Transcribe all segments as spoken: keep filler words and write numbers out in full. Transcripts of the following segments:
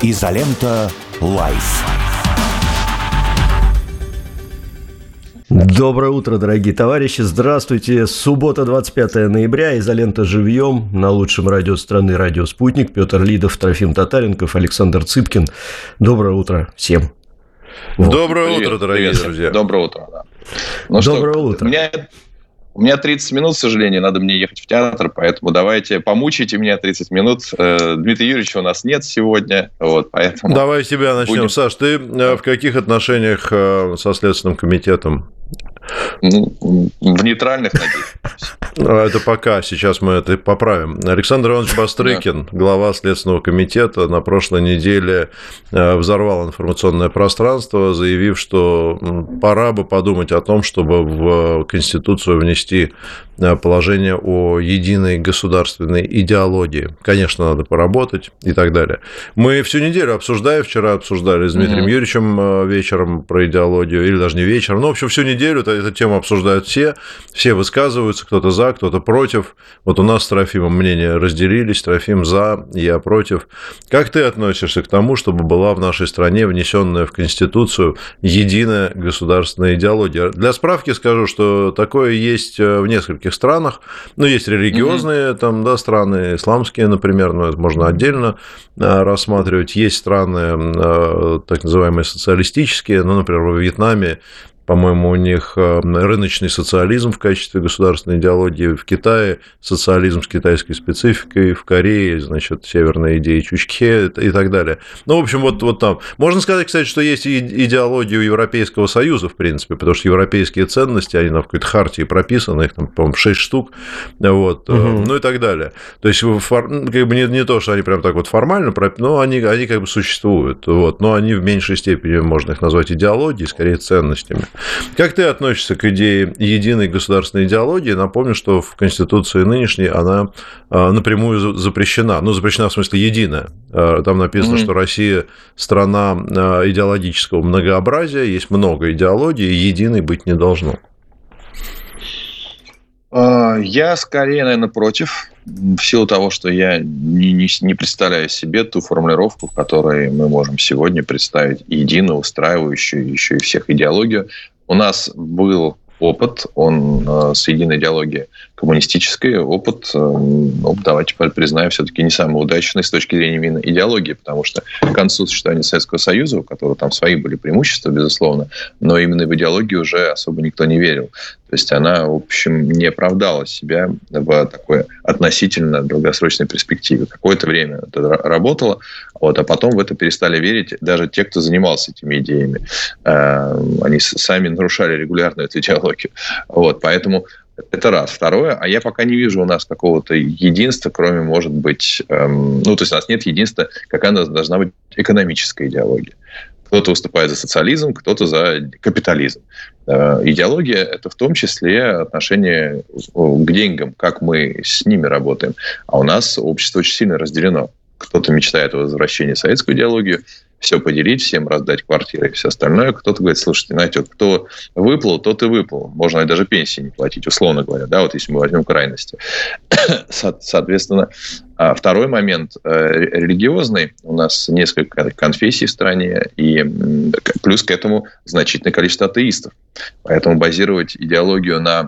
Изолента Лайф. Доброе утро, дорогие товарищи. Здравствуйте. Суббота, двадцать пятое ноября. Изолента живьем. На лучшем радио страны «Радио Спутник». Петр Лидов, Трофим Татаренков, Александр Цыпкин. Доброе утро всем. Вот. Доброе Привет, утро, дорогие привет. друзья. Доброе утро. Да. Ну Доброе что, утро. У меня, у меня тридцать минут, к сожалению, надо мне ехать в театр, поэтому давайте помучайте меня тридцать минут. Дмитрия Юрьевича у нас нет сегодня, вот, поэтому... Давай с тебя начнем. Будем... Саш, ты в каких отношениях со Следственным комитетом? Ну, в нейтральных, надеюсь. Это пока, сейчас мы это поправим. Александр Иванович Бастрыкин, да. глава Следственного комитета, на прошлой неделе взорвал информационное пространство, заявив, что пора бы подумать о том, чтобы в Конституцию внести положение о единой государственной идеологии. Конечно, надо поработать и так далее. Мы всю неделю обсуждаем, вчера обсуждали с Дмитрием mm-hmm. Юрьевичем вечером про идеологию, или даже не вечером, но, в общем, всю неделю эту тему обсуждают все, все высказываются, кто-то за, кто-то против. Вот у нас с Трофимом мнения разделились, Трофим за, я против. Как ты относишься к тому, чтобы была в нашей стране внесенная в Конституцию единая государственная идеология? Для справки скажу, что такое есть в нескольких странах. Ну, есть религиозные mm-hmm. там, да, страны, исламские, например, но это можно отдельно рассматривать. Есть страны, так называемые социалистические, ну, например, во Вьетнаме, по-моему, у них рыночный социализм в качестве государственной идеологии, в Китае социализм с китайской спецификой, в Корее, значит, северная идея Чучхе и так далее. Ну, в общем, вот, вот там. Можно сказать, кстати, что есть идеология Европейского Союза, в принципе, потому что европейские ценности, они на какой-то хартии прописаны, их там, по-моему, шесть штук, вот, угу. ну и так далее. То есть, как бы не, не то, что они прям так вот формально, но они, они как бы существуют, вот, но они в меньшей степени, можно их назвать идеологией, скорее ценностями. Как ты относишься к идее единой государственной идеологии? Напомню, что в Конституции нынешней она напрямую запрещена. Ну, запрещена в смысле единая. Там написано, mm-hmm. что Россия страна идеологического многообразия, есть много идеологий, и единой быть не должно. Я скорее, наверное, против, в силу того, что я не, не, не представляю себе ту формулировку, в которой мы можем сегодня представить единую, устраивающую еще и всех идеологию. У нас был опыт, он э, с единой идеологией коммунистической, опыт, э, ну, давайте признаем, все-таки не самый удачный с точки зрения именно идеологии, потому что к концу существования Советского Союза, у которого там свои были преимущества, безусловно, но именно в идеологию уже особо никто не верил. То есть она, в общем, не оправдала себя в такой относительно долгосрочной перспективе. Какое-то время это работало, вот, а потом в это перестали верить даже те, кто занимался этими идеями. Они сами нарушали регулярно эту идеологию. Вот, поэтому это раз. Второе, а я пока не вижу у нас какого-то единства, кроме, может быть, эм, ну, то есть у нас нет единства, какая у нас должна быть экономическая идеология. Кто-то выступает за социализм, кто-то за капитализм. Идеология – это в том числе отношение к деньгам, как мы с ними работаем. А у нас общество очень сильно разделено. Кто-то мечтает о возвращении в советскую идеологию, все поделить, всем раздать квартиры и все остальное. Кто-то говорит, слушайте, знаете, вот кто выплыл, тот и выплыл. Можно даже пенсии не платить, условно говоря, да, вот если мы возьмем крайности. Соответственно, второй момент религиозный. У нас несколько конфессий в стране, и плюс к этому значительное количество атеистов. Поэтому базировать идеологию на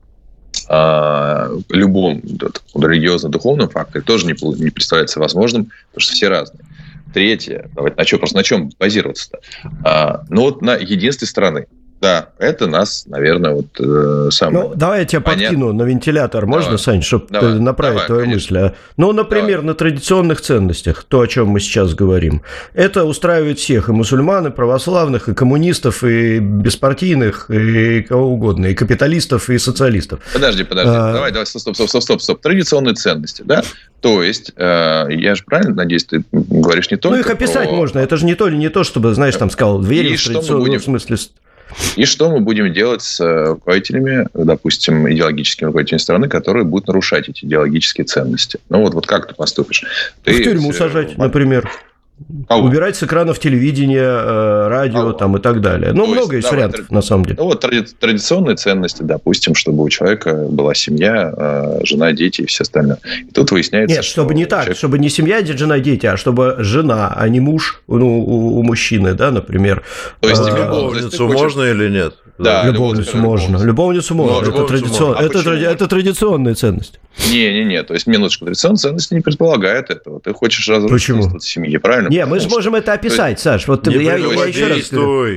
любом религиозно-духовном факторе тоже не, не представляется возможным, потому что все разные. Третье, давайте на чем, просто на чем базироваться-то? А, ну вот на единстве страны. Да, это нас, наверное, вот э, самое... Ну, давай я тебя понятно. подкину на вентилятор, можно, давай. Сань, чтобы давай. направить давай, твою мысль? А? Ну, например, давай. На традиционных ценностях, то, о чем мы сейчас говорим, это устраивает всех, и мусульман, и православных, и коммунистов, и беспартийных, и кого угодно, и капиталистов, и социалистов. Подожди, подожди, а... давай, давай, стоп, стоп, стоп, стоп, стоп. Традиционные ценности, да? То есть, э, я же правильно, надеюсь, ты говоришь не только... Ну, их описать про... можно, это же не то, не то, чтобы, знаешь, там сказал, верим в традиционную, в смысле... И что мы будем делать с руководителями, допустим, идеологическими руководителями страны, которые будут нарушать эти идеологические ценности? Ну, вот, вот как ты поступишь? Ты... В тюрьму сажать, например. А убирать с экранов телевидения, радио а там, и так далее. Ну, то много есть, есть вариантов, тради... на самом деле. Ну, вот традиционные ценности, допустим, чтобы у человека была семья, жена, дети и все остальное. И тут выясняется, Нет, чтобы не так, человек... чтобы не семья, жена, дети, а чтобы жена, а не муж ну, у, у мужчины, да, например. То есть, а, любовницу хочешь... можно или нет? Да, любовницу можно. Любовницу можно. Это, любовницу традицион... можно. А это, тради... это традиционная ценность. Не-не-не, то есть, минуточку, традиционная ценность не предполагает этого. Ты хочешь разрушить институт семьи, правильно? Не, мы же можем это описать, есть... Саш. Вот не я, я еще раз говорю.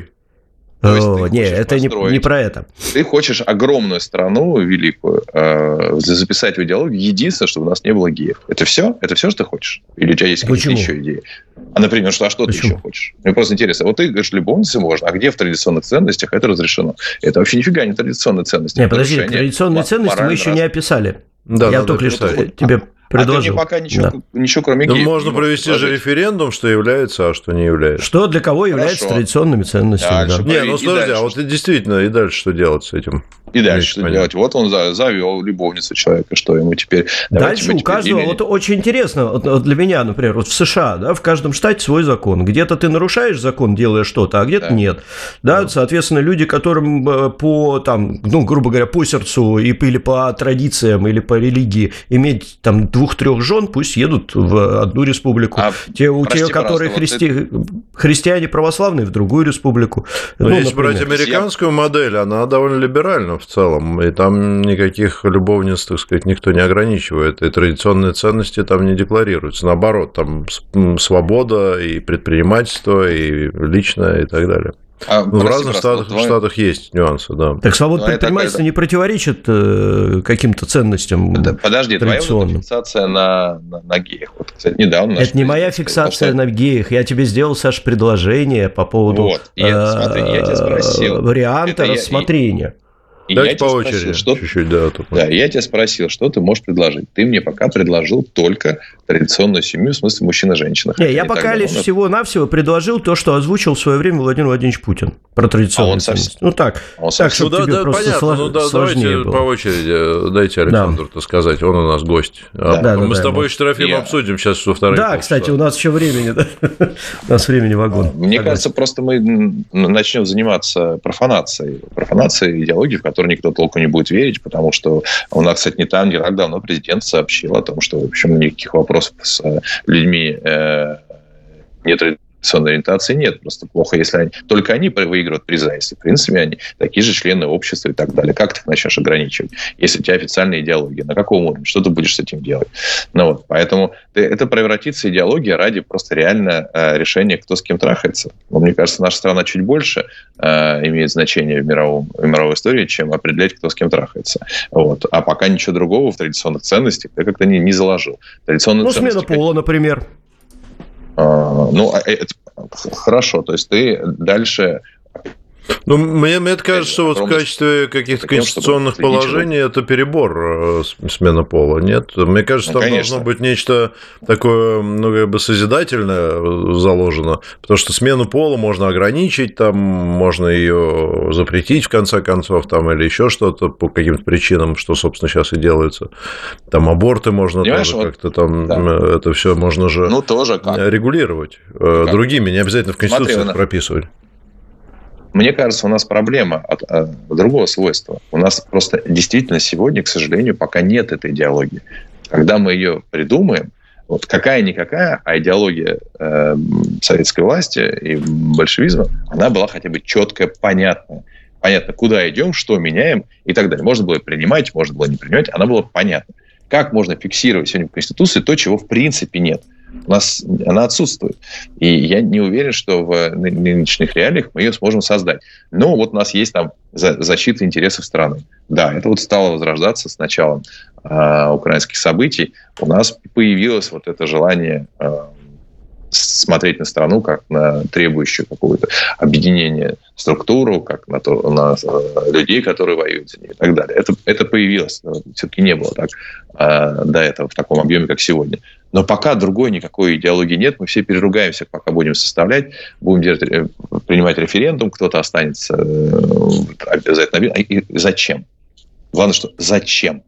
О, не, это не, не про это. Ты хочешь огромную страну великую э, записать в идеологию, единственное, чтобы у нас не было геев. Это все? Это все, что ты хочешь? Или у тебя есть какие-то еще идеи? А, например, что, а что Почему? ты еще хочешь? Мне просто интересно. Вот ты говоришь, любовницы можно, а где в традиционных ценностях это разрешено? Это вообще нифига не традиционные ценности. Не, подожди, традиционные ценности мы еще раз... не описали. Да, я только лишь тебе предложил. А ты мне пока ничего, да. ничего кроме ну, геев. Можно провести же референдум, что является, а что не является. Что для кого является Хорошо. традиционными ценностями. Да. Не, ну подожди, а вот и действительно, и дальше что делать с этим? И дальше что делать? Вот он завел любовницу человека, что ему теперь... Дальше у каждого, вот очень интересно, вот для меня, например, вот в США, да, в каждом штате свой закон. Где-то ты нарушаешь закон, делая что-то, а где-то да. нет. Да, да, соответственно, люди, которым по, там, ну, грубо говоря, по сердцу или по традициям, или по религии иметь там двух-трех жен, пусть едут в одну республику. А, те, у тех, которые христи... вот ты... христиане православные, в другую республику. Но ну, если брать американскую модель, она довольно либеральна в целом, и там никаких любовниц, так сказать, никто не ограничивает, и традиционные ценности там не декларируются. Наоборот, там свобода и предпринимательство, и личное, и так далее. А, ну, в разных штатах, вот, штатах есть нюансы, да. Так свобода предпринимательства не противоречит э, каким-то ценностям Подожди, твоя вот фиксация на, на, на геях. Вот, кстати, недавно это не моя фиксация на геях. Я тебе сделал, Саш, предложение по поводу вот, я, э, смотри, я тебя спросил. варианта это рассмотрения. Я, И Давайте я по тебя очереди, спросил, что... чуть-чуть, да. Да, я тебя спросил, что ты можешь предложить. Ты мне пока предложил только традиционную семью, в смысле мужчина-женщина. Не, я пока лишь давно... всего-навсего предложил то, что озвучил в свое время Владимир Владимирович Путин про традиционную а ценность. Совсем... Ну так, а так чтобы ну, тебе да, просто понятно, слож... ну, да, сложнее давайте было. По очереди, дайте Александру-то да. сказать, он у нас гость. Да. Да, мы да, с тобой да, еще Трофим я... обсудим сейчас во второй Да, кстати, у нас еще времени, да? У нас времени вагон. Мне кажется, просто мы начнем заниматься профанацией. Профанацией идеологии, в которой никто толком не будет верить, потому что у нас, кстати, не там, не так давно президент сообщил о том, что, в общем, никаких вопросов с людьми э, нетрадиционной ориентации нет. Просто плохо, если они, только они выигрывают приза, если, в принципе, они такие же члены общества и так далее. Как ты их начнешь ограничивать, если у тебя официальная идеология? На каком уровне? Что ты будешь с этим делать? Ну, вот, поэтому это превратится идеология ради просто реально э, решения, кто с кем трахается. Но, мне кажется, наша страна чуть больше э, имеет значение в, мировом, в мировой истории, чем определять, кто с кем трахается. Вот. А пока ничего другого в традиционных ценностях ты как-то не, не заложил. Традиционные ну, ценности, смена пола, например. А, ну, это, хорошо. То есть ты дальше... Ну, мне, мне кажется, что вот в качестве каких-то конституционных положений это перебор смена пола, нет? Мне кажется, там ну, должно быть нечто такое, ну, как бы созидательное заложено, потому что смену пола можно ограничить, там можно ее запретить, в конце концов, там, или еще что-то по каким-то причинам, что, собственно, сейчас и делается. Там аборты можно Понимаешь, тоже вот, как-то там, да. это все можно же ну, тоже как. регулировать как? другими, не обязательно в Конституции Смотри, прописывать. Мне кажется, у нас проблема от, от другого свойства. У нас просто действительно сегодня, к сожалению, пока нет этой идеологии. Когда мы ее придумаем, вот какая-никакая, а идеология э, советской власти и большевизма, она была хотя бы четкая, понятная. Понятно, куда идем, что меняем и так далее. Можно было принимать, можно было не принимать, она была понятна. Как можно фиксировать сегодня в Конституции то, чего в принципе нет? У нас она отсутствует. И я не уверен, что в нынешних реалиях мы ее сможем создать. Но вот у нас есть там защита интересов страны. Да, это вот стало возрождаться с началом э, украинских событий. У нас появилось вот это желание э, смотреть на страну как на требующую какого-то объединения структуру, как на, то, на людей, которые воюют за нее и так далее. Это, это появилось. Все-таки не было так э, до этого в таком объеме, как сегодня. Но пока другой никакой идеологии нет, мы все переругаемся, пока будем составлять, будем делать, принимать референдум, кто-то останется обязательно. И зачем? Главное, что зачем?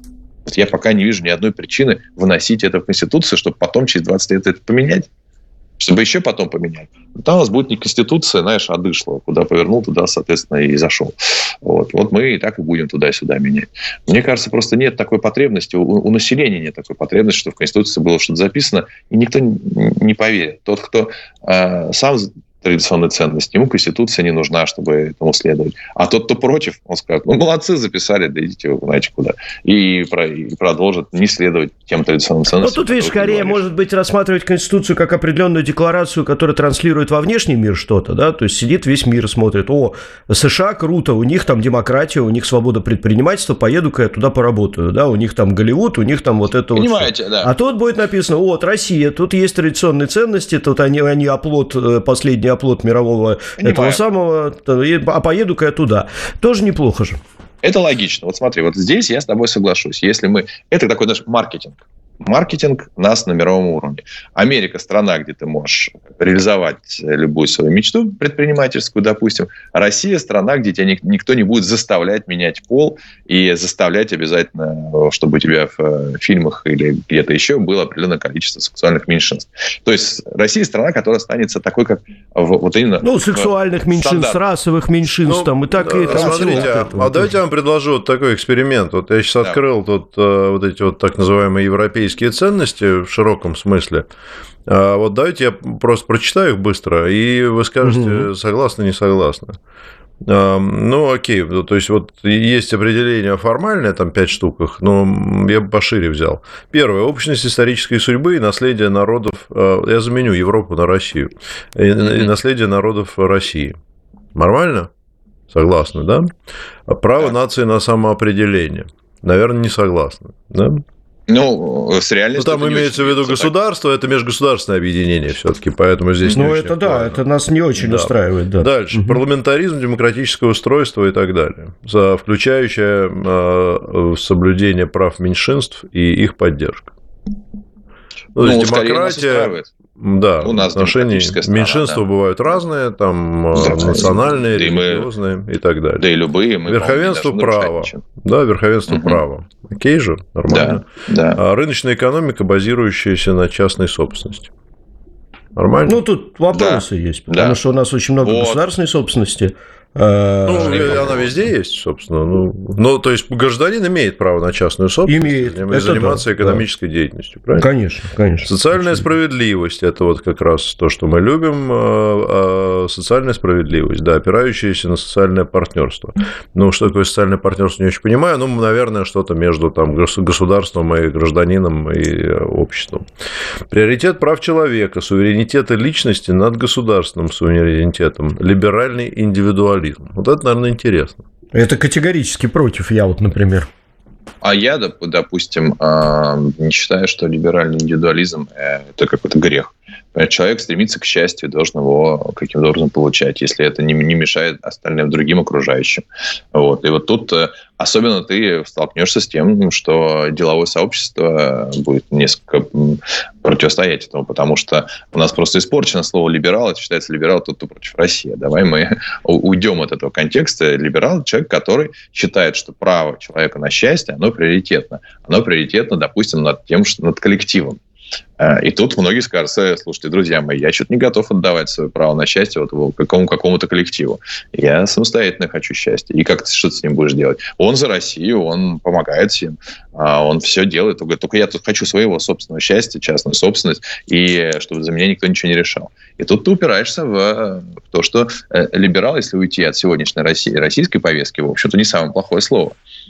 Я пока не вижу ни одной причины выносить это в Конституцию, чтобы потом через двадцать лет это поменять. чтобы еще потом поменять. Там у нас будет не конституция, знаешь, а дышло. Куда повернул, туда, соответственно, и зашел. Вот, вот мы и так и будем туда-сюда менять. Мне кажется, просто нет такой потребности, у, у населения нет такой потребности, что в конституции было что-то записано, и никто не поверит. Тот, кто э, сам традиционные ценности, ему конституция не нужна, чтобы этому следовать. А тот, кто против, он скажет, ну, молодцы, записали, да идите вы знаете куда. И, про, и продолжит не следовать тем традиционным ценностям. Ну, тут, видишь, скорее, может быть, рассматривать Конституцию как определенную декларацию, которая транслирует во внешний мир что-то, да, то есть сидит весь мир, смотрит, о, США круто, у них там демократия, у них свобода предпринимательства, поеду-ка я туда поработаю, да, у них там Голливуд, у них там вот это Понимаете, вот. да. А тут будет написано, вот, Россия, тут есть традиционные ценности, тут они, они оплот, последний оплот мирового Понимаю. Этого самого, а поеду-ка я туда. Тоже неплохо же. Это логично. Вот смотри, вот здесь я с тобой соглашусь. Если мы... Это такой наш маркетинг. Маркетинг нас на мировом уровне. Америка – страна, где ты можешь реализовать любую свою мечту предпринимательскую, допустим. Россия – страна, где тебя никто не будет заставлять менять пол и заставлять обязательно, чтобы у тебя в фильмах или где-то еще было определенное количество сексуальных меньшинств. То есть Россия – страна, которая останется такой, как в, вот именно... Ну, сексуальных меньшинств, стандарт. Расовых меньшинств, ну, там, и так да, и... Там смотрите, а, а давайте я вам предложу вот такой эксперимент. Вот я сейчас да. открыл тут вот эти вот так называемые европейские ценности в широком смысле. Вот давайте я просто прочитаю их быстро, и вы скажете, угу. согласны, не согласны. Ну, окей, то есть вот есть определение формальное, там пять штук их, но я бы пошире взял. Первое. Общность исторической судьбы и наследие народов... Я заменю Европу на Россию. И наследие народов России. Нормально? Согласны, да? Право нации на самоопределение. Наверное, не согласны, да? Ну, с реальностью... Ну, там имеется в виду государство, так. Это межгосударственное объединение все-таки, поэтому здесь ну, не это да, актуально. Это нас не очень да. устраивает, да. Дальше. Угу. Парламентаризм, демократическое устройство и так далее, включающее э, соблюдение прав меньшинств и их поддержка. Ну, то есть, ну, демократия... Да, у нас отношения меньшинства да. бывают разные, там да, национальные, да, религиозные мы, и так далее. Да и любые. Мы, верховенство права. Да, верховенство угу. права. Окей же, нормально. Да, да. А рыночная экономика, базирующаяся на частной собственности. Нормально? Ну, тут вопросы да. есть, потому да. что у нас очень много вот. государственной собственности. Ну, она везде есть, собственно. Ну, ну, то есть, гражданин имеет право на частную собственность имеет. и заниматься да, экономической да. деятельностью, правильно? Конечно, конечно. Социальная конечно. Справедливость – это вот как раз то, что мы любим. А социальная справедливость, да, опирающаяся на социальное партнерство. Ну, что такое социальное партнерство, не очень понимаю. Ну, наверное, что-то между там, государством и гражданином и обществом. Приоритет прав человека, суверенитета личности над государственным суверенитетом, либеральный индивидуализм. Вот это, наверное, интересно. Это категорически против, я вот, например. А я, допустим, не считаю, что либеральный индивидуализм – это какой-то грех. Человек стремится к счастью, должен его каким-то образом получать, если это не мешает остальным другим окружающим. Вот. И вот тут особенно ты столкнешься с тем, что деловое сообщество будет несколько противостоять этому, потому что у нас просто испорчено слово «либерал», это считается либерал тот, кто против России. Давай мы уйдем от этого контекста. Либерал – человек, который считает, что право человека на счастье, оно приоритетно. Оно приоритетно, допустим, над тем, что над коллективом. И тут многие скажут: слушайте, друзья мои, я что-то не готов отдавать свое право на счастье вот какому, какому-то коллективу. Я самостоятельно хочу счастья. И как ты что ты с ним будешь делать? Он за Россию, он помогает всем, он все делает. Он говорит: только я тут хочу своего собственного счастья, частную собственность, и чтобы за меня никто ничего не решал. И тут ты упираешься в то, что либерал, если уйти от сегодняшней России, российской повестки, в общем-то, не самое плохое слово.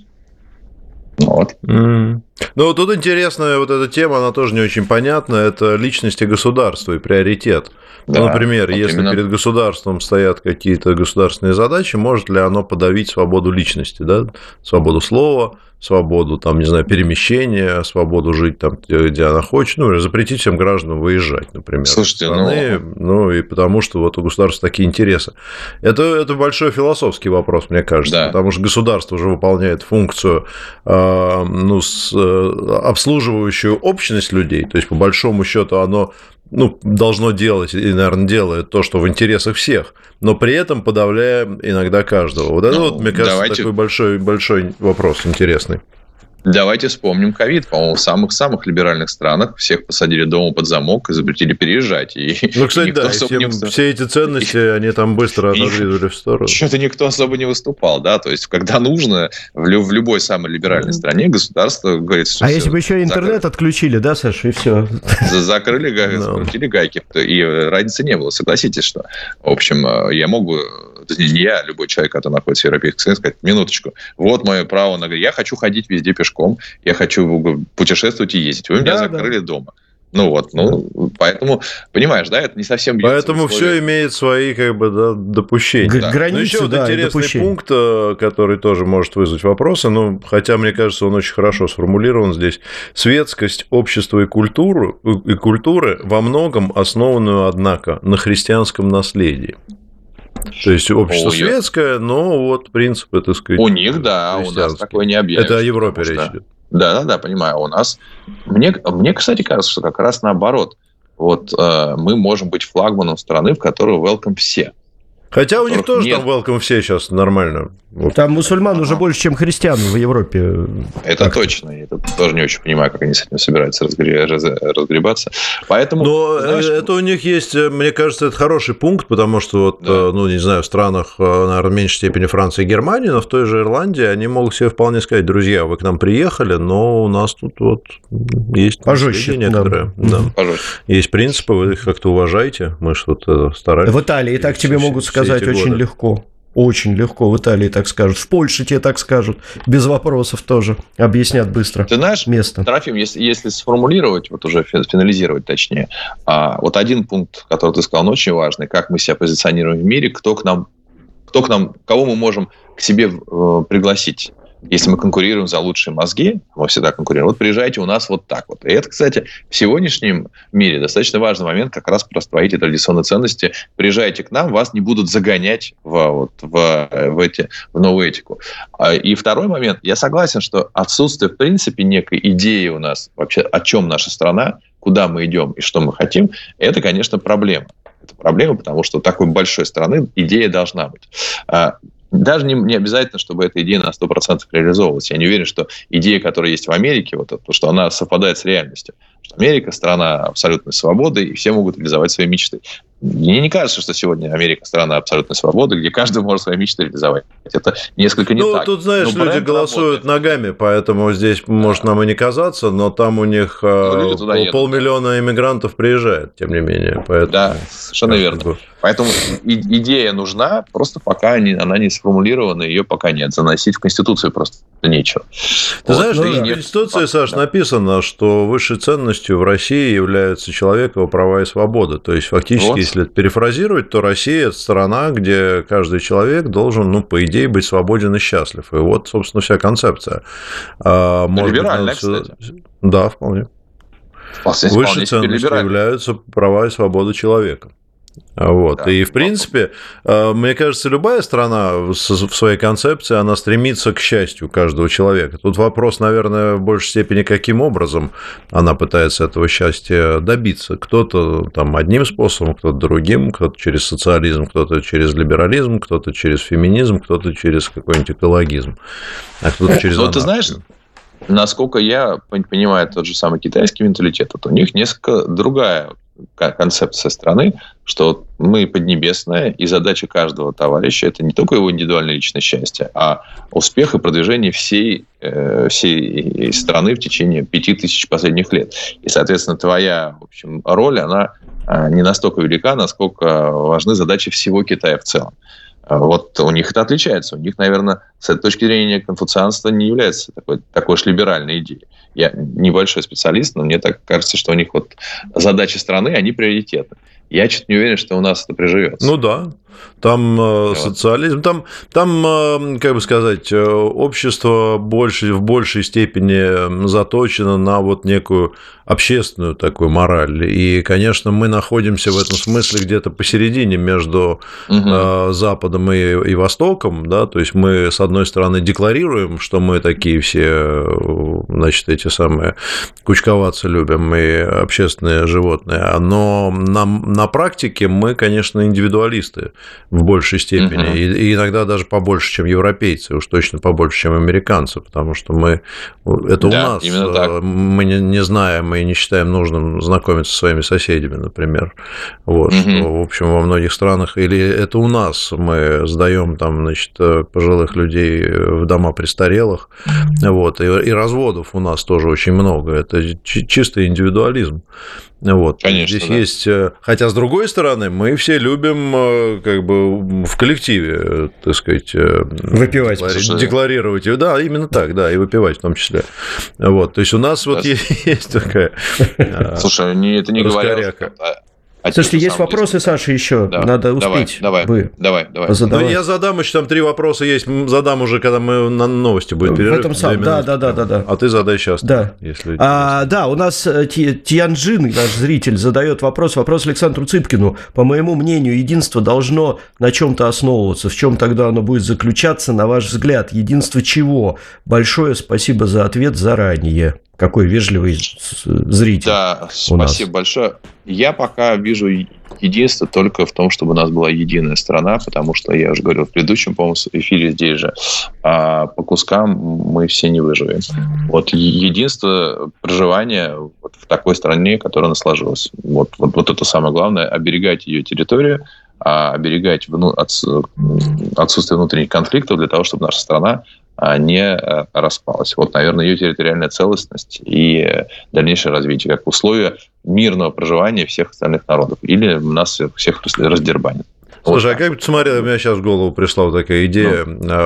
Вот. Mm. Ну, тут интересная вот эта тема, она тоже не очень понятна. Это личность и государство и приоритет. Да, ну, например, вот если именно. Перед государством стоят какие-то государственные задачи, может ли оно подавить свободу личности, да? Свободу слова, свободу, там, не знаю, перемещения, свободу жить там, где она хочет, ну, или запретить всем гражданам выезжать, например. Слушайте, страны, ну... ну, и потому что вот у государства такие интересы. Это, это большой философский вопрос, мне кажется, да. Потому что государство уже выполняет функцию, э, ну, с, э, обслуживающую общность людей, то есть, по большому счету, оно ну, должно делать и, наверное, делает то, что в интересах всех, но при этом подавляя иногда каждого. Вот это, ну, вот, мне кажется, давайте... такой большой, большой вопрос интересный. Давайте вспомним ковид. По-моему, в самых-самых либеральных странах всех посадили дома под замок и запретили переезжать. И, ну, кстати, и да, всем, не... все эти ценности, они там быстро отодвинули в сторону. Что-то никто особо не выступал, да, то есть, когда нужно, в, лю- в любой самой либеральной стране государство говорит, что... А если бы еще интернет закрыли. Отключили, да, Саша, и все? Закрыли гайки, закрутили гайки, и разницы не было, согласитесь, что, в общем, я могу... Не я, любой человек, который находится в Европейском Союзе, сказать, минуточку, вот мое право на... Я хочу ходить везде пешком, я хочу путешествовать и ездить. Вы меня да, закрыли да. дома. Ну вот, ну, да. поэтому, понимаешь, да, это не совсем... Поэтому все имеет свои, как бы, да, допущения. Да. Границы, ну, еще вот да, интересный допущения. пункт, который тоже может вызвать вопросы, ну, хотя, мне кажется, он очень хорошо сформулирован здесь. Светскость общества и культуры, и культуры во многом основанную, однако, на христианском наследии. То есть общество Ой, светское, но вот принципы, так сказать. У них, да, у нас такое не объявишь. Это о Европе речь идет. Да, да, да, понимаю. У нас, мне, мне, кстати, кажется, что как раз наоборот. Вот э, мы можем быть флагманом страны, в которой welcome все. Хотя у них тоже нет. Там welcome все сейчас нормально. Там мусульман уже больше, чем христиан в Европе. Это как-то. Точно. Я тоже не очень понимаю, как они с этим собираются разгребаться. Поэтому, но знаешь, это у них есть, мне кажется, это хороший пункт, потому что, вот, да. ну, не знаю, в странах, наверное, в меньшей степени Франции и Германии, но в той же Ирландии они могут себе вполне сказать, друзья, вы к нам приехали, но у нас тут вот есть пожестче некоторые. Да. Да. Пожестче. Есть принципы, вы их как-то уважаете. Мы что-то стараемся. В Италии так тебе могут сказать очень годы. Легко. Очень легко в Италии так скажут. В Польше тебе так скажут. Без вопросов тоже. Объяснят быстро. Ты знаешь, место. Трофим, если, если сформулировать, вот уже финализировать точнее, а, вот один пункт, который ты сказал, он очень важный, как мы себя позиционируем в мире, кто к нам, кто к нам, кого мы можем к себе э, пригласить. Если мы конкурируем за лучшие мозги, мы всегда конкурируем, вот приезжайте у нас вот так вот. И это, кстати, в сегодняшнем мире достаточно важный момент как раз просто эти традиционные ценности. Приезжайте к нам, вас не будут загонять в, вот, в, в, эти, в новую этику. И второй момент. Я согласен, что отсутствие, в принципе, некой идеи у нас вообще, о чем наша страна, куда мы идем и что мы хотим, это, конечно, проблема. Это проблема, потому что у такой большой страны идея должна быть. Даже не, не обязательно, чтобы эта идея на сто процентов реализовывалась. Я не уверен, что идея, которая есть в Америке, вот это, что она совпадает с реальностью. Что Америка – страна абсолютной свободы, и все могут реализовать свои мечты. Мне не кажется, что сегодня Америка – страна абсолютной свободы, где каждый может свои мечты реализовать. Это несколько не ну, так. Тут, знаешь, но люди голосуют работает. Ногами, поэтому здесь да. может нам и не казаться, но там у них ну, пол, полмиллиона иммигрантов приезжает, тем не менее. Поэтому, да, совершенно верно. Бы... Поэтому идея нужна, просто пока она не сформулирована, ее пока нет. Заносить в Конституцию просто нечего. Ты вот, знаешь, ну, в нет... Конституции, Саш, да. написано, что высшей ценностью в России являются человек, его права и свобода. То есть, фактически, вот. Если это перефразировать, то Россия – это страна, где каждый человек должен, ну, по идее, быть свободен и счастлив. И вот, собственно, вся концепция. Либеральная, кстати. Да, вполне. Вполне Высшей ценностью являются права и свобода человека. Вот. Да, и, в принципе, мне кажется, любая страна в своей концепции, она стремится к счастью каждого человека. Тут вопрос, наверное, в большей степени, каким образом она пытается этого счастья добиться. Кто-то там одним способом, кто-то другим, кто-то через социализм, кто-то через либерализм, кто-то через феминизм, кто-то через какой-нибудь экологизм, а кто-то через анархию. Ну, ты знаешь, насколько я понимаю тот же самый китайский менталитет, вот у них несколько другая концепция страны, что мы поднебесная, и задача каждого товарища – это не только его индивидуальное личное счастье, а успех и продвижение всей, э, всей страны в течение пяти тысяч последних лет. И, соответственно, твоя, в общем, роль, она не настолько велика, насколько важны задачи всего Китая в целом. Вот у них это отличается. У них, наверное, с этой точки зрения конфуцианство не является такой, такой уж либеральной идеей. Я небольшой специалист, но мне так кажется, что у них вот задачи страны, они приоритетны. Я что-то не уверен, что у нас это приживется. Ну да, там вот. социализм, там, там, как бы сказать, общество больше, в большей степени заточено на вот некую общественную такую мораль. И, конечно, мы находимся в этом смысле где-то посередине между угу. Западом и, и Востоком, да, то есть мы, с одной стороны, декларируем, что мы такие все, значит, эти самые кучковаться любим и общественные животные, но на, на практике мы, конечно, индивидуалисты. в большей степени, uh-huh. и, и иногда даже побольше, чем европейцы, уж точно побольше, чем американцы, потому что мы, это да, у нас, мы не, не знаем и не считаем нужным знакомиться со своими соседями, например, вот, uh-huh. что, в общем, во многих странах, или это у нас мы сдаем там, значит, пожилых людей в дома престарелых, uh-huh. вот, и, и разводов у нас тоже очень много, это чистый индивидуализм. Вот. Конечно, здесь да. есть, хотя с другой стороны, мы все любим как бы в коллективе, так сказать, выпивать, деклари... декларировать, да, именно так, да, и выпивать в том числе. Вот, то есть у нас да. вот есть такая. Слушай, не это не говоря. А Слушайте, есть вопросы, Саша, еще да. надо успеть. Давай, Вы давай, давай. Ну, я задам еще, там три вопроса есть, задам уже, когда мы на новости будет перерыв. В этом самом, да, да, да, да, да. А ты задай сейчас. Да, если а, да, у нас Тианджин, наш зритель, задает вопрос, вопрос Александру Цыпкину. По моему мнению, единство должно на чем-то основываться. В чем тогда оно будет заключаться, на ваш взгляд? Единство чего? Большое спасибо за ответ заранее. Какой вежливый зритель. Да, спасибо большое. Я пока вижу единство только в том, чтобы у нас была единая страна, потому что, я уже говорил в предыдущем, по-моему, эфире здесь же, а по кускам мы все не выживем. Вот единство проживания вот в такой стране, которая у нас сложилась. Вот, вот, вот это самое главное, оберегать ее территорию, оберегать вну, от, отсутствие внутренних конфликтов для того, чтобы наша страна не распалась. Вот, наверное, ее территориальная целостность и дальнейшее развитие как условие мирного проживания всех остальных народов. Или нас всех раздербанит. Слушай, вот а как ты смотрел, у меня сейчас в голову пришла вот такая идея,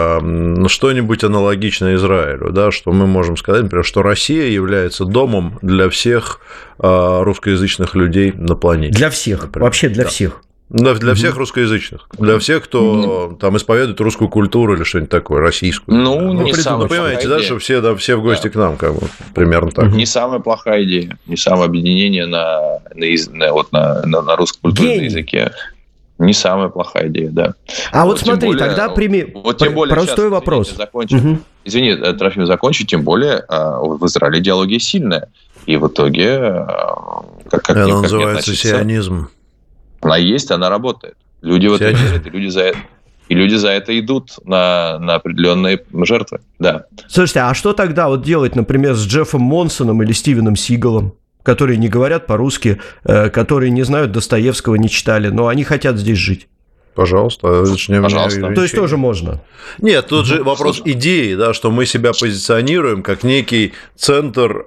ну. что-нибудь аналогичное Израилю, да, что мы можем сказать, например, что Россия является домом для всех русскоязычных людей на планете. Для всех, например. Вообще для да. всех. Да, для всех русскоязычных, для всех, кто там исповедует русскую культуру или что-нибудь такое, российскую. Ну, ну не самая понимаете, да, идея. Что все, да, все в гости да. к нам, как бы, примерно так. Не самая плохая идея, не самое объединение на, на, на, вот на, на, на русскокультурном языке. Не самая плохая идея, да. А вот, вот смотри, более, тогда прими вот тем более, простой сейчас, вопрос. Извините, закончу, угу. извини, Трофим, закончу, тем более в Израиле идеология сильная. И в итоге... Как, как Это как называется сионизм. Она есть, она работает. Люди в это верят, и люди за это, и люди за это идут на, на определенные жертвы. Да. Слушайте, а что тогда вот делать, например, с Джеффом Монсоном или Стивеном Сигалом, которые не говорят по-русски, которые не знают Достоевского, не читали, но они хотят здесь жить? Пожалуйста. Пожалуйста. То есть тоже можно? Нет, тут же вопрос идеи, да, что мы себя позиционируем как некий центр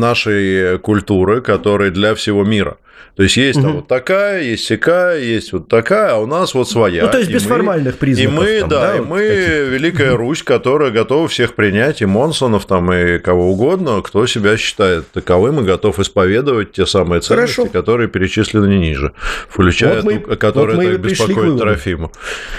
нашей культуры, который для всего мира. То есть есть угу. там вот такая, есть сякая, есть вот такая, а у нас вот своя. Ну, то есть без и формальных мы, признаков. И мы, там, да, да, и вот мы таких. Великая Русь, которая готова всех принять, и Монсонов, там, и кого угодно, кто себя считает таковым и готов исповедовать те самые ценности, Хорошо. которые перечислены ниже, включая вот мы, ту, которая вот так беспокоит Трофима.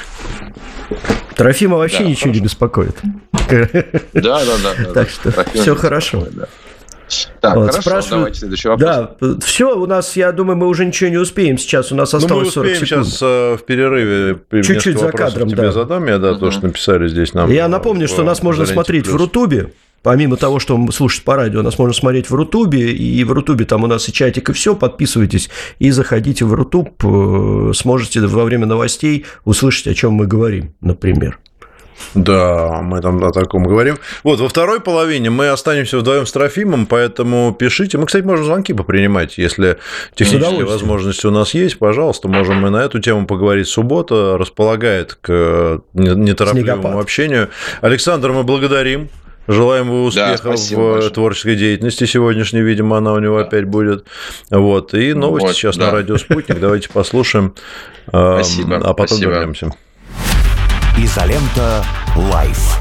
Трофима вообще да, ничего хорошо. не беспокоит. Да, да, да. Так что все хорошо. Так, вот, хорошо, спрашивают... давайте следующий вопрос. Да, все, у нас, я думаю, мы уже ничего не успеем сейчас, у нас осталось сорок секунд. Ну, мы успеем сейчас в перерыве чуть-чуть за кадром, тебе да. задам, я, да, uh-huh. то, что написали здесь нам. Я напомню, что нас можно смотреть плюс. в Рутубе, помимо того, что слушать по радио, нас можно смотреть в Рутубе, и в Рутубе там у нас и чатик, и все, подписывайтесь, и заходите в Рутуб, сможете во время новостей услышать, о чем мы говорим, например. Да, мы там о таком говорим. Вот, во второй половине мы останемся вдвоем с Трофимом, поэтому пишите. Мы, кстати, можем звонки попринимать, если технические возможности у нас есть. Пожалуйста, можем мы на эту тему поговорить. Суббота располагает к неторопливому Снегопад. общению. Александр, мы благодарим. Желаем ему успехов да, в большое. творческой деятельности сегодняшней, видимо, она у него да. опять будет. Вот. И новости вот, сейчас да. на радио «Спутник». Давайте послушаем, Спасибо. а потом Спасибо. вернемся. Изолента Лайф.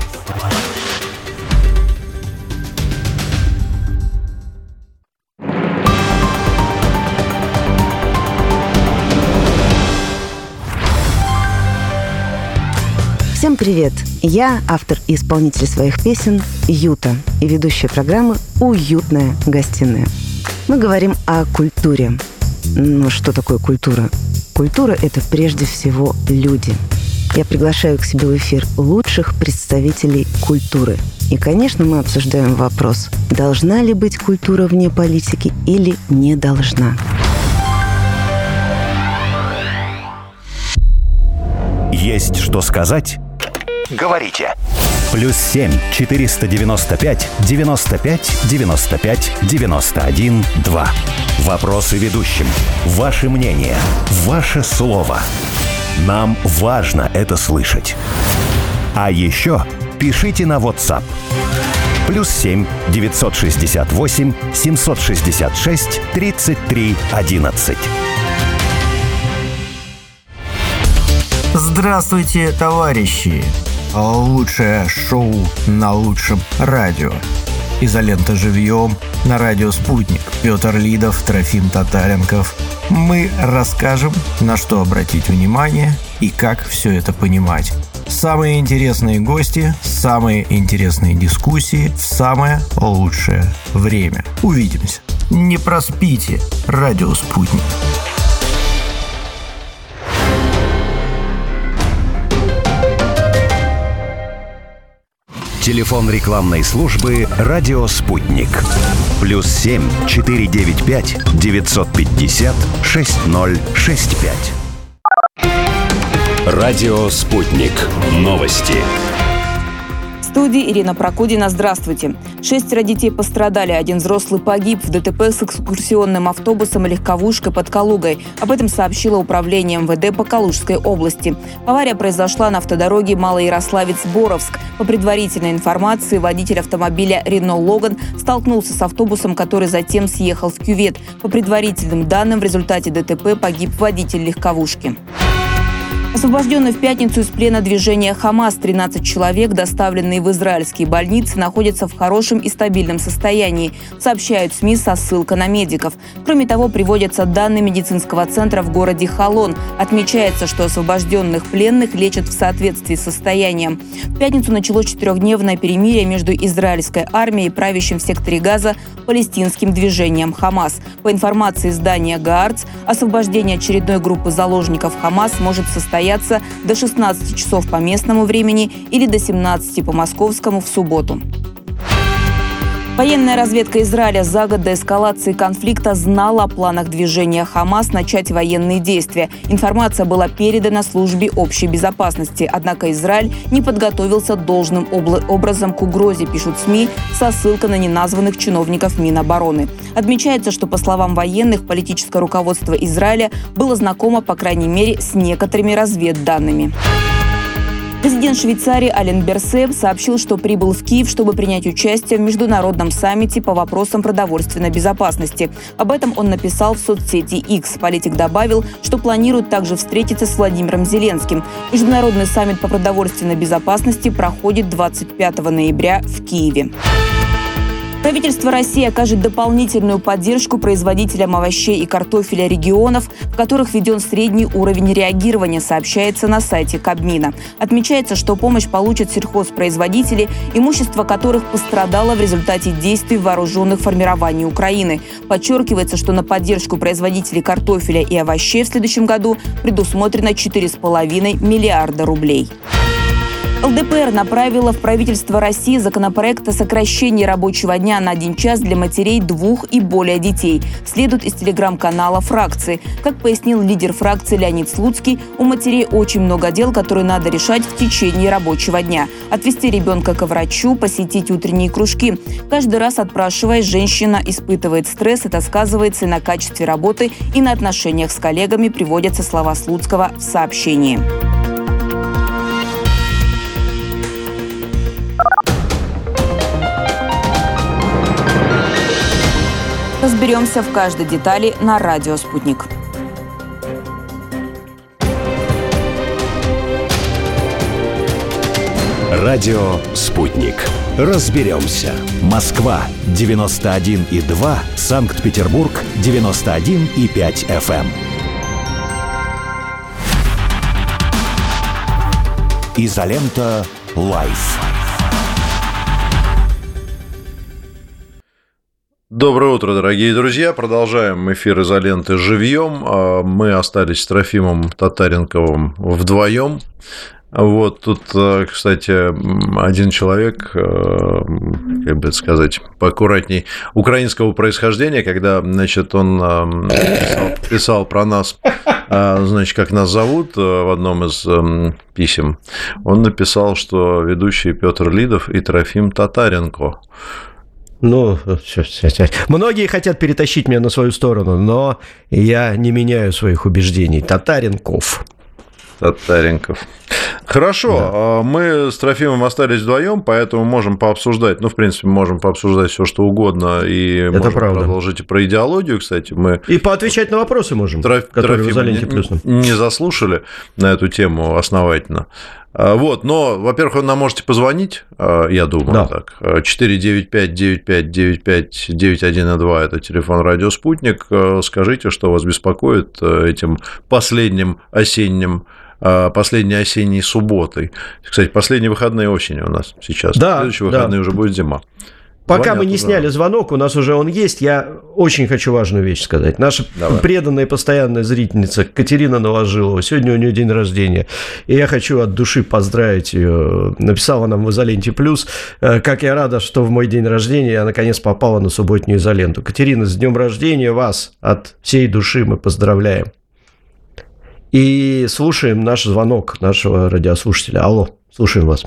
Всем привет! Я автор и исполнитель своих песен Юта и ведущая программы «Уютная гостиная». Мы говорим о культуре. Ну, что такое культура? Культура – это прежде всего люди. Я приглашаю к себе в эфир лучших представителей культуры. И, конечно, мы обсуждаем вопрос, должна ли быть культура вне политики или не должна. Есть что сказать? Говорите. Плюс семь четыреста девяносто пять девяносто пять девяносто пять девяносто один два. Вопросы ведущим. Ваше мнение. Ваше слово. Нам важно это слышать. А еще пишите на WhatsApp. Плюс семь девятьсот шестьдесят восемь семьсот шестьдесят шесть тридцать три одиннадцать. Здравствуйте, товарищи! Лучшее шоу на лучшем радио. Изолента живьем на радио «Спутник». Петр Лидов, Трофим Татаренков. Мы расскажем, на что обратить внимание и как все это понимать. Самые интересные гости, самые интересные дискуссии в самое лучшее время. Увидимся. Не проспите. Радио «Спутник». Телефон рекламной службы «Радио Спутник». Плюс семь четыре девять пять девятьсот пятьдесят шесть ноль шесть пять. Радио Спутник. Новости. В студии Ирина Прокудина. Здравствуйте. Шестеро детей пострадали, один взрослый погиб в ДТП с экскурсионным автобусом и легковушкой под Калугой. Об этом сообщило управление эм вэ дэ по Калужской области. Авария произошла на автодороге Малоярославец-Боровск. По предварительной информации, водитель автомобиля «Рено Логан» столкнулся с автобусом, который затем съехал в кювет. По предварительным данным, в результате ДТП погиб водитель легковушки. Освобожденные в пятницу из плена движения «Хамас» тринадцать человек, доставленные в израильские больницы, находятся в хорошем и стабильном состоянии, сообщают СМИ со ссылкой на медиков. Кроме того, приводятся данные медицинского центра в городе Холон. Отмечается, что освобожденных пленных лечат в соответствии с состоянием. В пятницу началось четырехдневное перемирие между израильской армией и правящим в секторе Газа палестинским движением «Хамас». По информации издания «Гаарц», освобождение очередной группы заложников «Хамас» может состояться до шестнадцати часов по местному времени или до семнадцати по московскому в субботу. Военная разведка Израиля за год до эскалации конфликта знала о планах движения «Хамас» начать военные действия. Информация была передана службе общей безопасности. Однако Израиль не подготовился должным образом к угрозе, пишут СМИ со ссылкой на неназванных чиновников Минобороны. Отмечается, что, по словам военных, политическое руководство Израиля было знакомо, по крайней мере, с некоторыми разведданными. Президент Швейцарии Ален Берсе сообщил, что прибыл в Киев, чтобы принять участие в международном саммите по вопросам продовольственной безопасности. Об этом он написал в соцсети X. Политик добавил, что планирует также встретиться с Владимиром Зеленским. Международный саммит по продовольственной безопасности проходит двадцать пятого ноября в Киеве. Правительство России окажет дополнительную поддержку производителям овощей и картофеля регионов, в которых введен средний уровень реагирования, сообщается на сайте Кабмина. Отмечается, что помощь получат сельхозпроизводители, имущество которых пострадало в результате действий вооруженных формирований Украины. Подчеркивается, что на поддержку производителей картофеля и овощей в следующем году предусмотрено четыре с половиной миллиарда рублей. эл дэ пэ эр направила в правительство России законопроект о сокращении рабочего дня на один час для матерей двух и более детей. Следует из телеграм-канала фракции. Как пояснил лидер фракции Леонид Слуцкий, у матерей очень много дел, которые надо решать в течение рабочего дня. Отвезти ребенка к врачу, посетить утренние кружки. Каждый раз отпрашиваясь, женщина испытывает стресс. Это сказывается и на качестве работы, и на отношениях с коллегами, приводятся слова Слуцкого в сообщении. Разберемся в каждой детали на радио «Спутник». Радио «Спутник». Разберемся. Москва девяносто один и два, Санкт-Петербург девяносто один и пять эф эм. Изолента Лайф. Доброе утро, дорогие друзья. Продолжаем эфир «Изоленты» живьем. Мы остались с Трофимом Татаренковым вдвоем. Вот тут, кстати, один человек, как бы сказать, поаккуратней, украинского происхождения, когда, значит, он писал, писал про нас, значит, как нас зовут в одном из писем, он написал, что ведущие Петр Лидов и Трофим Татаренко. Ну, многие хотят перетащить меня на свою сторону, но я не меняю своих убеждений. Татаренков. Татаренков. Хорошо, да. Мы с Трофимом остались вдвоем, поэтому можем пообсуждать, ну, в принципе, можем пообсуждать все, что угодно, и это можем правда. Продолжить и про идеологию, кстати. Мы... И поотвечать на вопросы можем, Троф... которые в «Изоленте плюс». Не заслушали на эту тему основательно. Вот, но, во-первых, вы нам можете позвонить, я думаю, да. так, четыре девять пять девять пять девять пять девять один два – это телефон «Радио Спутник». Скажите, что вас беспокоит этим последним осенним, последней осенней субботой. Кстати, последние выходные осени у нас сейчас. Да, следующие выходные да. уже будет зима. Пока мы не уже. сняли звонок, у нас уже он есть, я очень хочу важную вещь сказать. Наша Давай. преданная постоянная зрительница Катерина Новожилова, сегодня у нее день рождения, и я хочу от души поздравить ее. Написала нам в «Изоленте плюс», как я рада, что в мой день рождения я наконец попала на субботнюю изоленту. Катерина, с днем рождения вас от всей души мы поздравляем. И слушаем наш звонок нашего радиослушателя. Алло, слушаем вас.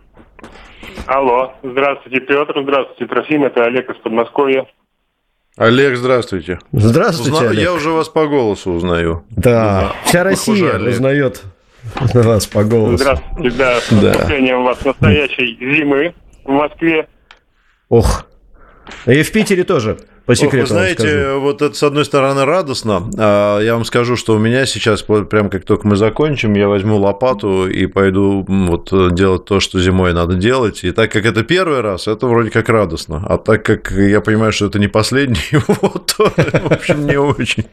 Алло, здравствуйте, Петр, здравствуйте, Трофим, это Олег из Подмосковья. Олег, здравствуйте. Здравствуйте, Узна... Олег. Я уже вас по голосу узнаю. Да, вся Россия узнает вас по голосу. Здравствуйте, да, с наступлением вас настоящей зимы в Москве. Ох, и в Питере тоже. По секрету. Ох, вы знаете, вот это, с одной стороны, радостно. Я вам скажу, что у меня сейчас, прям как только мы закончим, я возьму лопату и пойду вот делать то, что зимой надо делать. И так как это первый раз, это вроде как радостно. А так как я понимаю, что это не последний, вот, то, в общем, не очень.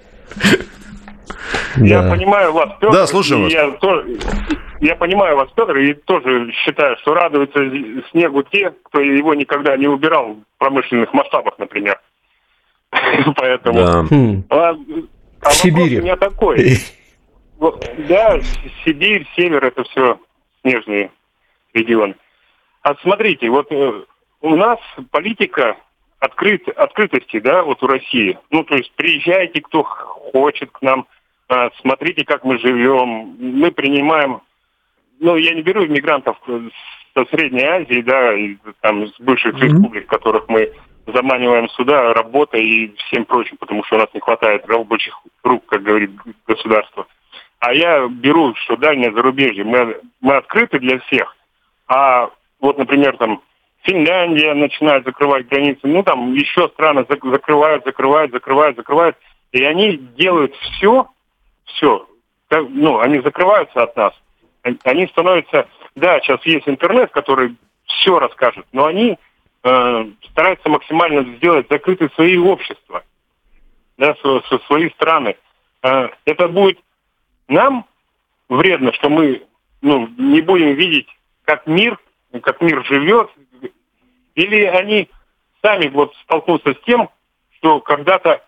Я да. понимаю вас, Петр. Да, слушаю вас. Я, тоже, я понимаю вас, Петр, и тоже считаю, что радуются снегу те, кто его никогда не убирал в промышленных масштабах, например. Поэтому... Да. А, а Сибирь. У меня такой. Да, Сибирь, север, это все снежные регионы. А смотрите, вот у нас политика открыт, открытости, да, вот у России. Ну, то есть приезжайте, кто хочет к нам, смотрите, как мы живем. Мы принимаем... Ну, я не беру иммигрантов со Средней Азии, да, и, там, с бывших mm-hmm. республик, которых мы заманиваем сюда работой и всем прочим, потому что у нас не хватает рабочих рук, как говорит государство. А я беру, что дальнее зарубежье. Мы, мы открыты для всех. А вот, например, там Финляндия начинает закрывать границы, ну, там еще страны закрывают, закрывают, закрывают, закрывают. И они делают все, все, ну, они закрываются от нас. Они становятся... Да, сейчас есть интернет, который все расскажет, но они э, стараются максимально сделать закрытые свои общества, да, со, со свои страны. Э, это будет нам вредно, что мы ну, не будем видеть, как мир, как мир живет, или они сами вот столкнутся с тем, что когда-то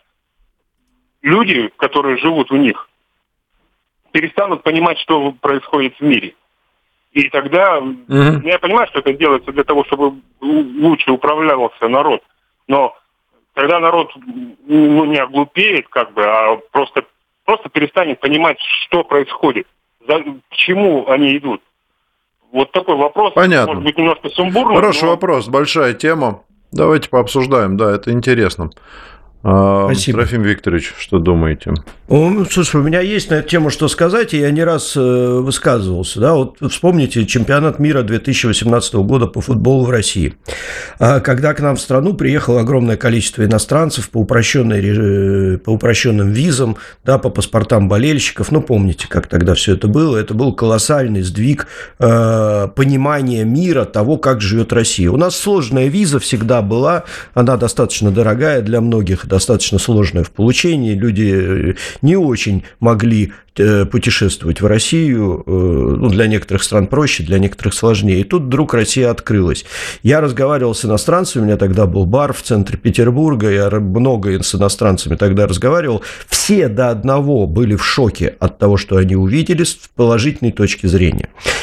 люди, которые живут у них, перестанут понимать, что происходит в мире. И тогда, mm-hmm. я понимаю, что это делается для того, чтобы лучше управлялся народ, но тогда народ ну, не оглупеет, как бы, а просто, просто перестанет понимать, что происходит, за, к чему они идут. Вот такой вопрос. Понятно. Может быть, немножко сумбурно. Хороший но... вопрос, большая тема. Давайте пообсуждаем, да, это интересно. Спасибо. Трофим Викторович, что думаете? О, слушай, у меня есть на эту тему что сказать, и я не раз высказывался. Да? Вот вспомните чемпионат мира две тысячи восемнадцатого года по футболу в России, когда к нам в страну приехало огромное количество иностранцев по, упрощенной, по упрощенным визам, да, по паспортам болельщиков. Ну, помните, как тогда все это было. Это был колоссальный сдвиг э, понимания мира, того, как живет Россия. У нас сложная виза всегда была, она достаточно дорогая для многих, достаточно сложная в получении. Люди не очень могли путешествовать в Россию. Ну, для некоторых стран проще, для некоторых сложнее. И тут вдруг Россия открылась. Я разговаривал с иностранцами, у меня тогда был бар в центре Петербурга, я много с иностранцами тогда разговаривал. Все до одного были в шоке от того, что они увидели с положительной точки зрения.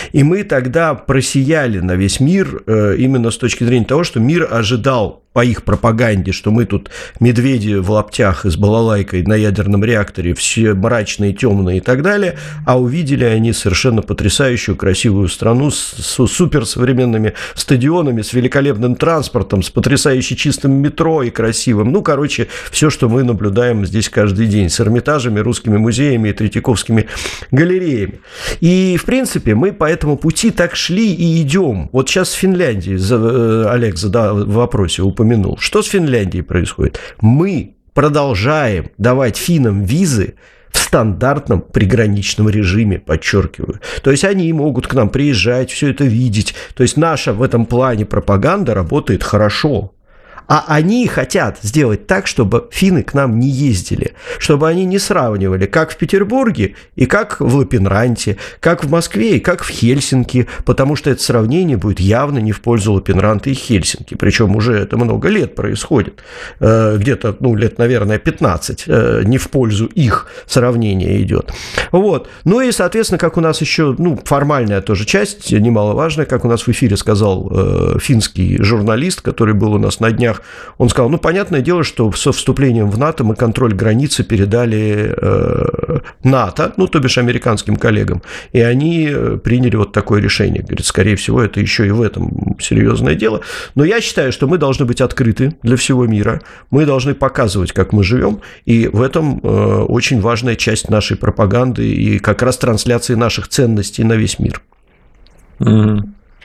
И мы тогда просияли на весь мир именно с точки зрения того, что мир ожидал по их пропаганде, что мы тут медведи в лаптях и с балалайкой на ядерном реакторе, все мрачные, темные и так далее, а увидели они совершенно потрясающую, красивую страну с, с суперсовременными стадионами, с великолепным транспортом, с потрясающе чистым метро и красивым. Ну, короче, все, что мы наблюдаем здесь каждый день, с Эрмитажами, русскими музеями и Третьяковскими галереями. И, в принципе, мы по этому пути так шли и идем. Вот сейчас в Финляндии, Олег задал в вопросе, упомянул, что с Финляндией происходит? Мы продолжаем давать финнам визы в стандартном приграничном режиме, подчеркиваю. То есть они могут к нам приезжать, все это видеть. То есть наша в этом плане пропаганда работает хорошо. А они хотят сделать так, чтобы финны к нам не ездили, чтобы они не сравнивали, как в Петербурге и как в Лапинранте, как в Москве и как в Хельсинки, потому что это сравнение будет явно не в пользу Лапинранта и Хельсинки, причем уже это много лет происходит, где-то, ну, лет, наверное, пятнадцать, не в пользу их сравнения идет. Вот. Ну и, соответственно, как у нас еще, ну, формальная тоже часть, немаловажная, как у нас в эфире сказал финский журналист, который был у нас на днях, он сказал, ну, понятное дело, что со вступлением в НАТО мы контроль границы передали э, НАТО, ну, то бишь американским коллегам, и они приняли вот такое решение. Говорит, скорее всего, это еще и в этом серьезное дело. Но я считаю, что мы должны быть открыты для всего мира, мы должны показывать, как мы живем, и в этом э, очень важная часть нашей пропаганды и как раз трансляции наших ценностей на весь мир. Mm-hmm.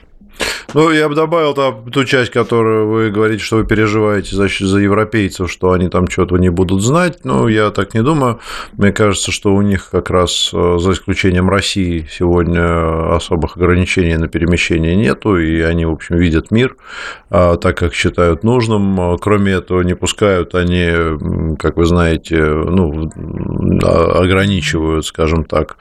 Ну, я бы добавил там ту часть, которую вы говорите, что вы переживаете за, за европейцев, что они там что-то не будут знать. Ну, я так не думаю. Мне кажется, что у них как раз, за исключением России, сегодня особых ограничений на перемещение нету, и они, в общем, видят мир так, как считают нужным. Кроме этого, не пускают они, как вы знаете, ну, ограничивают, скажем так,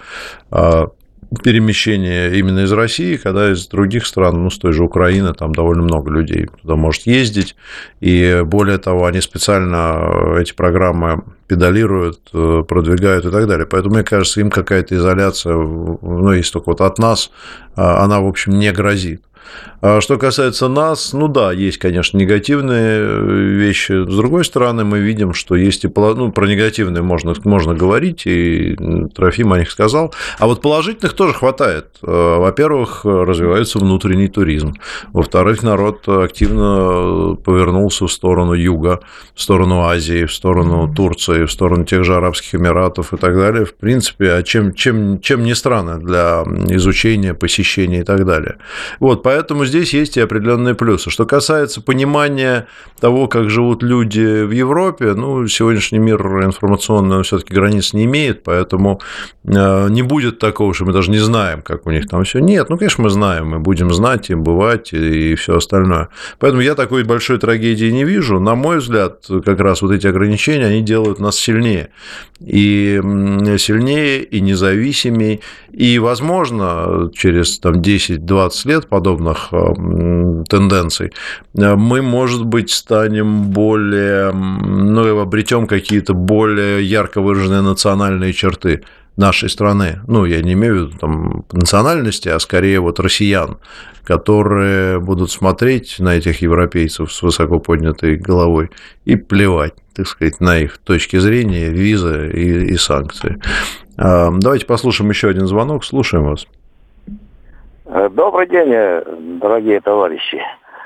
перемещение именно из России, когда из других стран, ну, с той же Украины, там довольно много людей туда может ездить, и более того, они специально эти программы педалируют, продвигают и так далее. Поэтому, мне кажется, им какая-то изоляция, ну, если только вот от нас, она, в общем, не грозит. Что касается нас, ну да, есть, конечно, негативные вещи. С другой стороны, мы видим, что есть и ну, про негативные можно, можно говорить, и Трофим о них сказал. А вот положительных тоже хватает. Во-первых, развивается внутренний туризм. Во-вторых, народ активно повернулся в сторону юга, в сторону Азии, в сторону Турции, в сторону тех же Арабских Эмиратов и так далее. В принципе, а чем, чем, чем не страны для изучения, посещения и так далее. Вот, поэтому здесь есть и определенные плюсы. Что касается понимания того, как живут люди в Европе, ну, сегодняшний мир информационный, он все-таки границ не имеет, поэтому не будет такого, что мы даже не знаем, как у них там все. Нет, ну, конечно, мы знаем, мы будем знать и бывать и все остальное. Поэтому я такой большой трагедии не вижу. На мой взгляд, как раз вот эти ограничения, они делают нас сильнее. И сильнее, и независимее. И, возможно, через там, десять-двадцать лет подобных тенденций мы, может быть, станем более, ну, обретем какие-то более ярко выраженные национальные черты нашей страны. Ну, я не имею в виду там национальности, а скорее вот россиян, которые будут смотреть на этих европейцев с высоко поднятой головой и плевать, так сказать, на их точки зрения, визы и, и санкции. Давайте послушаем еще один звонок. Слушаем вас. Добрый день, дорогие товарищи.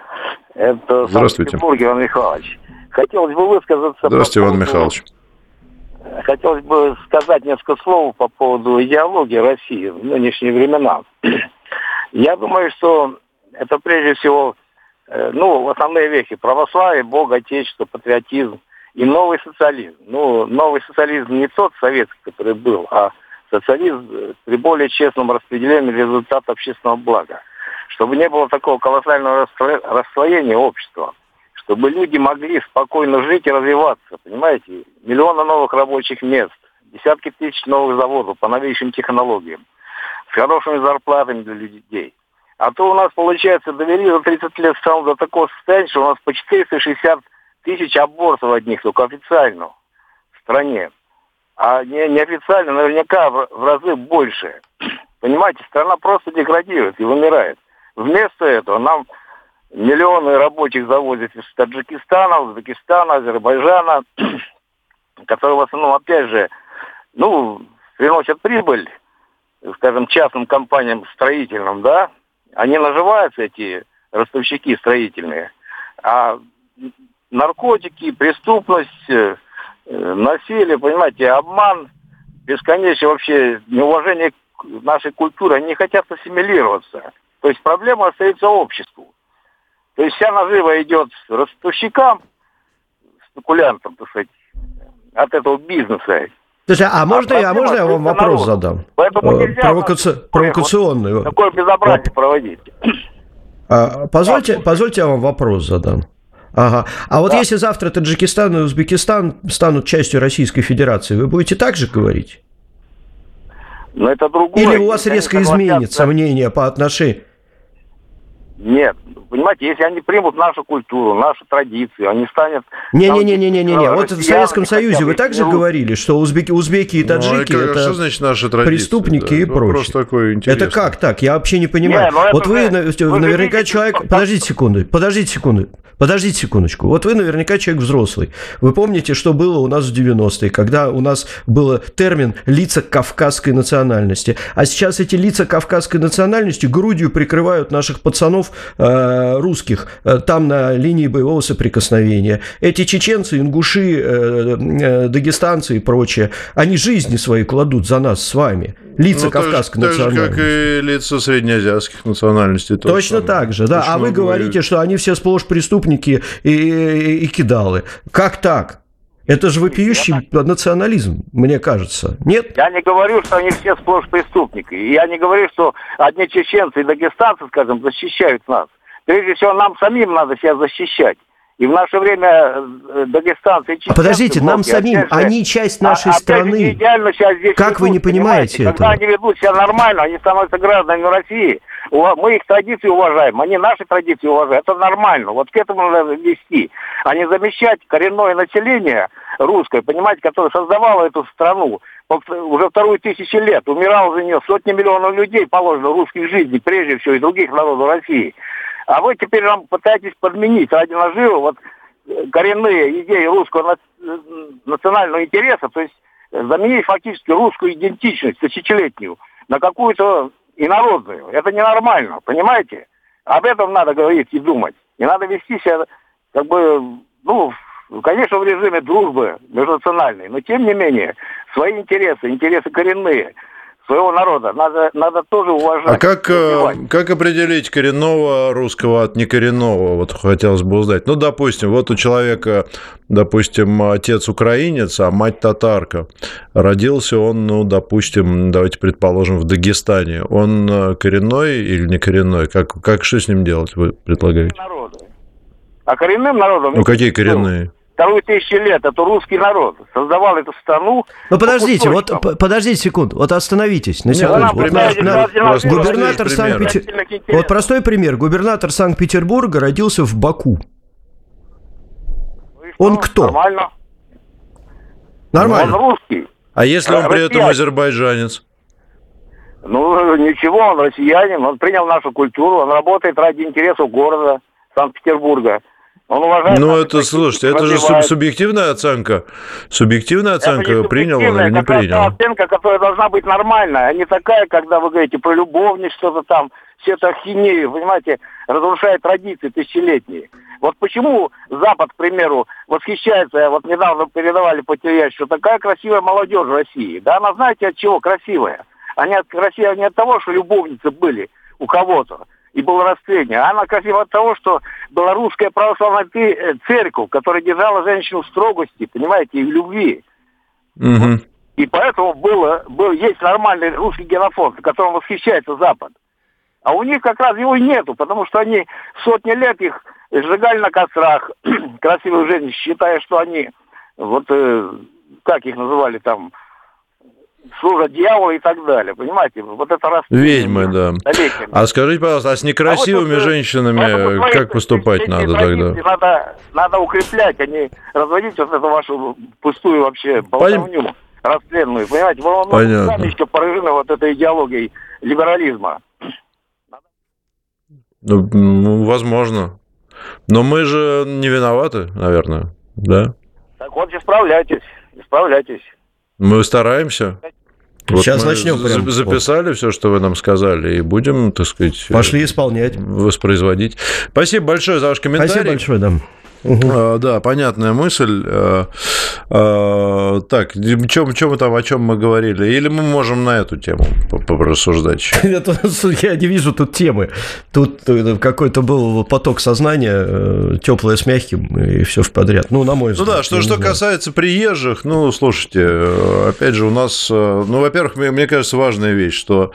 Это Санкт-Петербург, Иван Михайлович. Хотелось бы высказаться... Здравствуйте, Иван Михайлович. Хотелось бы сказать несколько слов по поводу идеологии России в нынешние времена. Я думаю, что это прежде всего, ну, основные вехи: православие, Бог, Отечество, патриотизм и новый социализм. Ну, новый социализм не тот советский, который был, а социализм при более честном распределении результата общественного блага. Чтобы не было такого колоссального расслоения общества. Чтобы люди могли спокойно жить и развиваться, понимаете? Миллионы новых рабочих мест, десятки тысяч новых заводов по новейшим технологиям, с хорошими зарплатами для людей. А то у нас, получается, довели за тридцать лет страну до такого состояния, что у нас по четыреста шестьдесят тысяч абортов одних, только официально в стране. А не, неофициально наверняка в, в разы больше. Понимаете, страна просто деградирует и вымирает. Вместо этого нам миллионы рабочих завозят из Таджикистана, Узбекистана, Азербайджана, которые в основном, опять же, ну, приносят прибыль, скажем, частным компаниям строительным, да, они наживаются, эти ростовщики строительные, а наркотики, преступность, насилие, понимаете, обман, бесконечное вообще неуважение к нашей культуре, они не хотят ассимилироваться. То есть проблема остается обществу. То есть вся нажива идет ростовщикам, спекулянтам, так сказать, от этого бизнеса. Слушай, а можно, а, а можно я вам вопрос народу. задам? Провокаци... Провокационный. Вот такое безобразие проводить. А, позвольте, позвольте я вам вопрос задам. Ага. А вот да. если завтра Таджикистан и Узбекистан станут частью Российской Федерации, вы будете так же говорить? Но это другое. Или у вас резко изменится мнение по отношению? Нет. Понимаете, если они примут нашу культуру, нашу традицию, они станут... Не-не-не-не-не-не. Вот в Советском Союзе вы также говорили, что узбеки, узбеки и таджики ну, это, это преступники да, и прочее. Такой это как так? Я вообще не понимаю. Не, вот вы, вы наверняка человек... Что... Подождите секунду, подождите секунду. Подождите секундочку. Вот вы наверняка человек взрослый. Вы помните, что было у нас в девяностые, когда у нас был термин «лица кавказской национальности». А сейчас эти лица кавказской национальности грудью прикрывают наших пацанов э, русских э, там на линии боевого соприкосновения. Эти чеченцы, ингуши, э, э, дагестанцы и прочее, они жизни свои кладут за нас с вами. Лица ну, кавказской так же, национальности. Так же, как и лица среднеазиатских национальностей. Точно так же, да. Точно а вы говорите, что они все сплошь преступники и, и, и кидалы. Как так? Это же вопиющий я национализм, мне кажется. Нет? Я не говорю, что они все сплошь преступники. Я не говорю, что одни чеченцы и дагестанцы, скажем, защищают нас. Прежде всего, нам самим надо себя защищать. И в наше время дагестанцы и чеченцы... Подождите, нам самим, же, они часть нашей а, страны. Идеально сейчас здесь как ведут, вы не понимаете этого? Когда они ведут себя нормально, они становятся гражданами России. Мы их традиции уважаем, они наши традиции уважают. Это нормально. Вот к этому надо вести. А не замещать коренное население русское, понимаете, которое создавало эту страну уже вторую тысячу лет. Умирало за нее сотни миллионов людей, положено русских жизней, прежде всего, и других народов России. А вы теперь нам пытаетесь подменить ради наживы вот коренные идеи русского национального интереса, то есть заменить фактически русскую идентичность тысячелетнюю на какую-то инородную. Это ненормально, понимаете? Об этом надо говорить и думать. Не надо вести себя, как бы, ну, конечно, в режиме дружбы межнациональной, но тем не менее, свои интересы, интересы коренные своего народа надо, надо тоже уважать. А как, как определить коренного русского от некоренного? Вот хотелось бы узнать. Ну, допустим, вот у человека, допустим, отец украинец, а мать татарка. Родился он, ну, допустим, давайте предположим, в Дагестане. Он коренной или не коренной? Как, как что с ним делать, вы предлагаете? А коренным народом... Ну, какие коренные? Вторую тысячу лет это русский народ создавал эту страну. Ну подождите, вот подождите секунду, вот остановитесь на секунду. Вот наш, наш, наш губернатор Санкт-Петербурга. Вот простой пример. Губернатор Санкт-Петербурга родился в Баку. Он кто? Нормально. Нормально. Он русский. А если он при этом азербайджанец? Ну ничего, он россиянин, он принял нашу культуру, он работает ради интересов города Санкт-Петербурга. Он уважает. Ну, это, слушайте, это же субъективная оценка. Субъективная оценка, принял он или не принял. Это оценка, которая должна быть нормальная, а не такая, когда вы говорите про любовник, что-то там, все это ахинею, понимаете, разрушает традиции тысячелетние. Вот почему Запад, к примеру, восхищается, вот недавно передавали по телевизору, что такая красивая молодежь в России. Да, она знаете от чего красивая? Они от, красивая не от того, что любовницы были у кого-то, и было растление. Она красива от того, что была русская православная церковь, которая держала женщину в строгости, понимаете, и в любви. Угу. Вот. И поэтому было, был, есть нормальный русский генофонд, которым восхищается Запад. А у них как раз его и нету, потому что они сотни лет их сжигали на кострах, красивых женщин, считая, что они, вот, э, как их называли там, служат дьяволу и так далее, понимаете? Вот это раз. Ведьмы, да. Столетиями. А скажите, пожалуйста, а с некрасивыми а вот, женщинами вот, как поступать надо тогда? Надо, надо укреплять, а не разводить вот эту вашу пустую вообще болтовню, растленную, понимаете? Вы сами еще поражены вот этой идеологией либерализма. Ну, ну, возможно. Но мы же не виноваты, наверное, да? Так вот, исправляйтесь, исправляйтесь. Мы стараемся. Вот сейчас мы начнем. Прям. Записали все, что вы нам сказали, и будем, так сказать... Пошли исполнять. Воспроизводить. Спасибо большое за ваш комментарий. Спасибо большое, да. Угу. А, да, понятная мысль. А, а, так, чем, чем мы там, о чем мы говорили? Или мы можем на эту тему порассуждать? Я не вижу тут темы. Тут какой-то был поток сознания, теплое с мягким, и все в подряд. Ну, на мой взгляд. Ну да, что, что касается приезжих, ну, слушайте, опять же, у нас, ну, во-первых, мне, мне кажется, важная вещь, что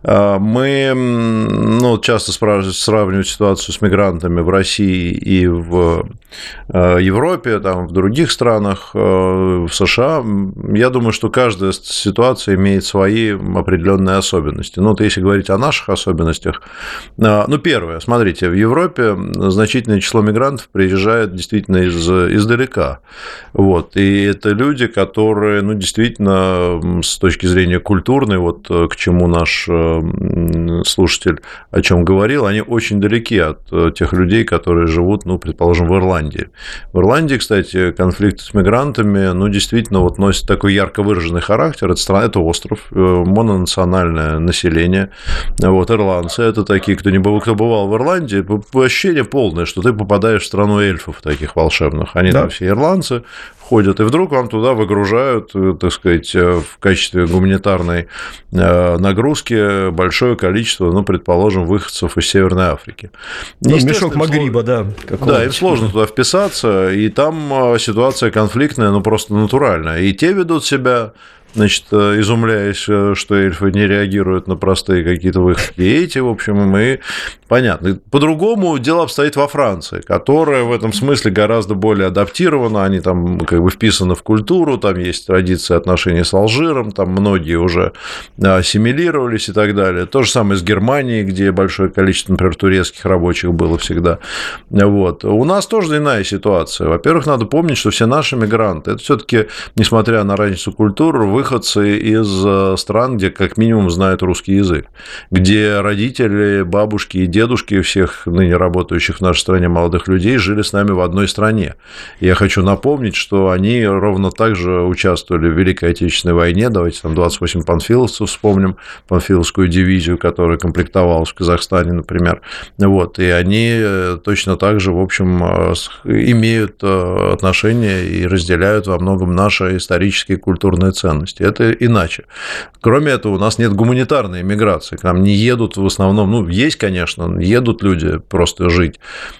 мы, ну, часто сравнивают ситуацию с мигрантами в России и в Европе, там, в других странах, в США, я думаю, что каждая ситуация имеет свои определенные особенности. Ну, вот если говорить о наших особенностях, ну, первое, смотрите, в Европе значительное число мигрантов приезжает действительно из, издалека, вот, и это люди, которые, ну, действительно, с точки зрения культурной, вот к чему наш слушатель о чем говорил, они очень далеки от тех людей, которые живут, ну, предположим, в Ирландии. В Ирландии, кстати, конфликт с мигрантами, ну, действительно, вот носит такой ярко выраженный характер. Это страна, это остров, мононациональное население. Вот, ирландцы – это такие, кто не бывал, кто бывал в Ирландии, ощущение полное, что ты попадаешь в страну эльфов таких волшебных. Они да. там все ирландцы ходят, и вдруг вам туда выгружают, так сказать, в качестве гуманитарной нагрузки большое количество, ну, предположим, выходцев из Северной Африки. Ну, мешок Магриба, да. Да, им сложно туда вписаться, и там ситуация конфликтная, ну, просто натуральная. И те ведут себя, значит, изумляясь, что эльфы не реагируют на простые какие-то выходки. И эти, в общем, мы... Понятно. По-другому дело обстоит во Франции, которая в этом смысле гораздо более адаптирована, они там как бы вписаны в культуру, там есть традиции отношений с Алжиром, там многие уже ассимилировались и так далее. То же самое с Германией, где большое количество, например, турецких рабочих было всегда. Вот. У нас тоже иная ситуация. Во-первых, надо помнить, что все наши мигранты, это все-таки, несмотря на разницу культур, выходцы из стран, где как минимум знают русский язык, где родители, бабушки и дедушки дедушки всех ныне работающих в нашей стране молодых людей жили с нами в одной стране. Я хочу напомнить, что они ровно так же участвовали в Великой Отечественной войне. Давайте там двадцать восемь панфиловцев вспомним, панфиловскую дивизию, которая комплектовалась в Казахстане, например. Вот. И они точно так же, в общем, имеют отношение и разделяют во многом наши исторические и культурные ценности. Это иначе. Кроме этого, у нас нет гуманитарной миграции. К нам не едут в основном, ну, есть, конечно, едут люди просто жить,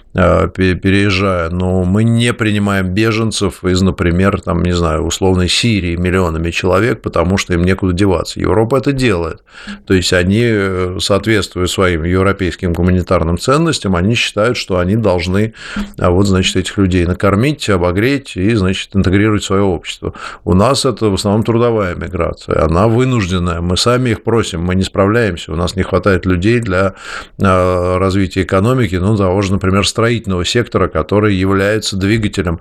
переезжая, но мы не принимаем беженцев из, например, там, не знаю, условной Сирии миллионами человек, потому что им некуда деваться. Европа это делает. То есть они, соответствуя своим европейским гуманитарным ценностям, они считают, что они должны, вот, значит, этих людей накормить, обогреть и, значит, интегрировать в свое общество. У нас это в основном трудовая миграция, она вынужденная. Мы сами их просим, мы не справляемся, у нас не хватает людей для развития экономики, ну, того же, например, строительного сектора, который является двигателем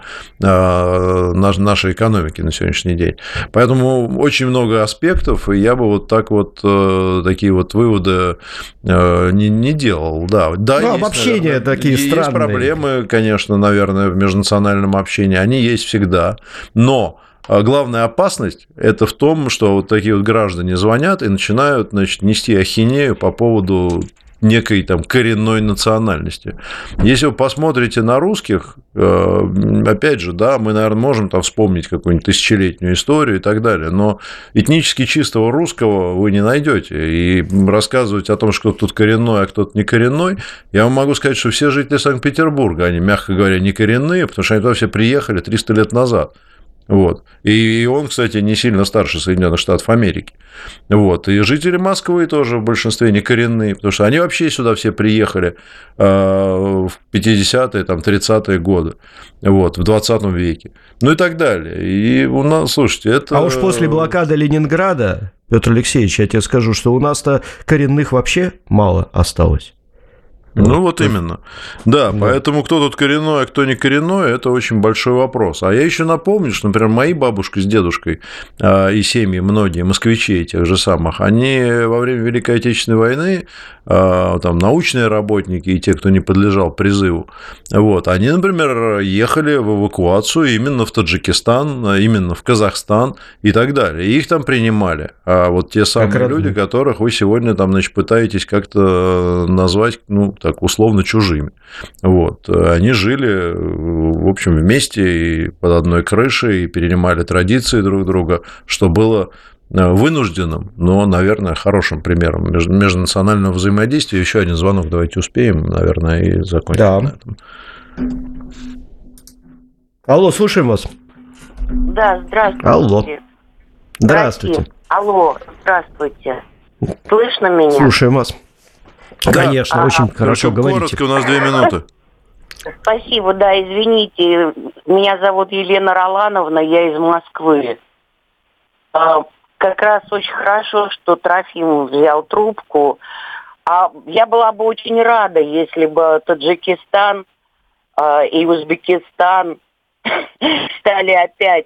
нашей экономики на сегодняшний день. Поэтому очень много аспектов, и я бы вот так вот такие вот выводы не, не делал. Да, да, ну, есть, обобщения наверное, такие есть странные. Есть проблемы, конечно, наверное, в межнациональном общении, они есть всегда, но главная опасность – это в том, что вот такие вот граждане звонят и начинают, значит, нести ахинею по поводу некой там коренной национальности. Если вы посмотрите на русских, опять же, да, мы, наверное, можем там вспомнить какую-нибудь тысячелетнюю историю и так далее, но этнически чистого русского вы не найдете. И рассказывать о том, что кто-то тут коренной, а кто-то не коренной, я вам могу сказать, что все жители Санкт-Петербурга, они, мягко говоря, не коренные, потому что они туда все приехали триста лет назад. Вот. И он, кстати, не сильно старше Соединенных Штатов Америки. Вот. И жители Москвы тоже в большинстве не коренные, потому что они вообще сюда все приехали в пятидесятые, там, тридцатые годы, вот, в двадцатом веке, ну и так далее. И у нас, слушайте, это... А уж после блокады Ленинграда, Петр Алексеевич, я тебе скажу, что у нас-то коренных вообще мало осталось. Ну, вот именно. Да, да, поэтому кто тут коренной, а кто не коренной, это очень большой вопрос. А я еще напомню, что, например, мои бабушка с дедушкой и семьи, многие москвичей тех же самых, они во время Великой Отечественной войны, там, научные работники и те, кто не подлежал призыву, вот, они, например, ехали в эвакуацию именно в Таджикистан, именно в Казахстан и так далее. И их там принимали. А вот те самые люди, которых вы сегодня там, значит, пытаетесь как-то назвать, ну, так условно чужими. Вот. Они жили, в общем, вместе и под одной крышей, и перенимали традиции друг друга, что было вынужденным, но, наверное, хорошим примером межнационального взаимодействия. Еще один звонок давайте успеем, наверное, и закончим да. на этом. Алло, слушаем вас. Да, здравствуйте. Алло. Здравствуйте. Прости. Алло, здравствуйте. Слышно меня? Слушаем вас. Да, конечно, а, очень а, хорошо говорите. Коротко, у нас две минуты. Спасибо, да, извините. Меня зовут Елена Ролановна, я из Москвы. Как раз очень хорошо, что Трофим взял трубку. А я была бы очень рада, если бы Таджикистан и Узбекистан стали опять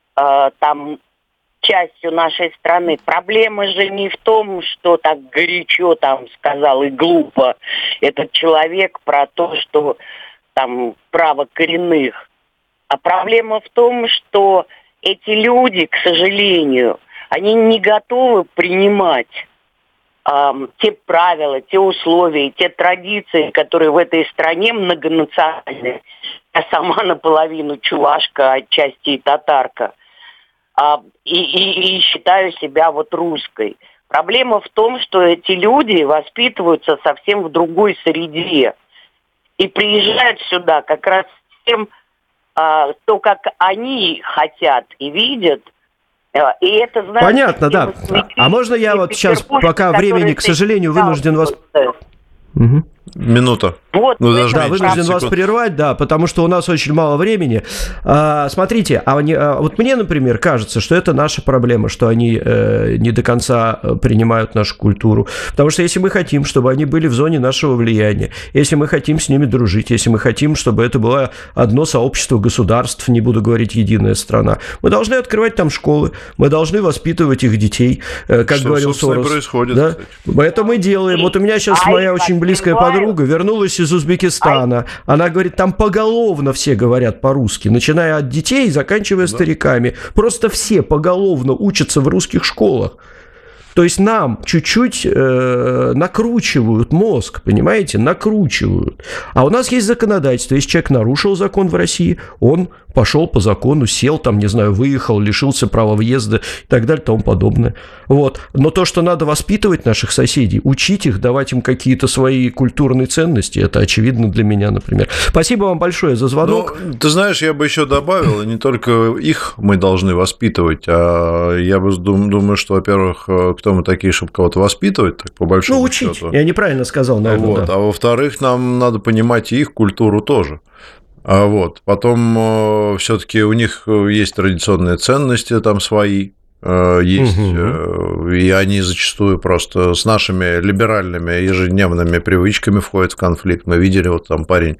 там частью нашей страны. Проблема же не в том, что так горячо там сказал и глупо этот человек про то, что там право коренных. А проблема в том, что эти люди, к сожалению, они не готовы принимать э, те правила, те условия, те традиции, которые в этой стране многонациональные. Я сама наполовину чувашка, отчасти и татарка. А, и, и, и считаю себя вот русской. Проблема в том, что эти люди воспитываются совсем в другой среде. И приезжают сюда как раз с тем, а, то, как они хотят и видят. И это, знаете, понятно, да. А можно я вот сейчас, пока времени, к сожалению, вынужден вас... Угу. Минута. Вот, ну, да, вынужден вас прервать, да, потому что у нас очень мало времени. А, смотрите, а они, а вот мне, например, кажется, что это наша проблема, что они э, не до конца принимают нашу культуру. Потому что если мы хотим, чтобы они были в зоне нашего влияния, если мы хотим с ними дружить, если мы хотим, чтобы это было одно сообщество государств, не буду говорить единая страна, мы должны открывать там школы, мы должны воспитывать их детей, э, как что, говорил Сорос. Происходит, да? Это мы делаем. Вот у меня сейчас а моя очень близкая подруга вернулась из Узбекистана. Она говорит, там поголовно все говорят по-русски, начиная от детей и заканчивая да. стариками. Просто все поголовно учатся в русских школах. То есть нам чуть-чуть э, накручивают мозг, понимаете, накручивают. А у нас есть законодательство. Если человек нарушил закон в России, он пошел по закону, сел там, не знаю, выехал, лишился права въезда и так далее и тому подобное. Вот. Но то, что надо воспитывать наших соседей, учить их, давать им какие-то свои культурные ценности, это очевидно для меня, например. Спасибо вам большое за звонок. Ну, ты знаешь, я бы еще добавил, не только их мы должны воспитывать, а я бы думаю, что, во-первых, кто мы такие, чтобы кого-то воспитывать, так по большому ну, учить. счету. Я неправильно сказал, наверное. Вот. Да. А во-вторых, нам надо понимать и их культуру тоже. А вот. Потом все-таки у них есть традиционные ценности там свои, есть, угу. и они зачастую просто с нашими либеральными ежедневными привычками входят в конфликт. Мы видели, вот там парень,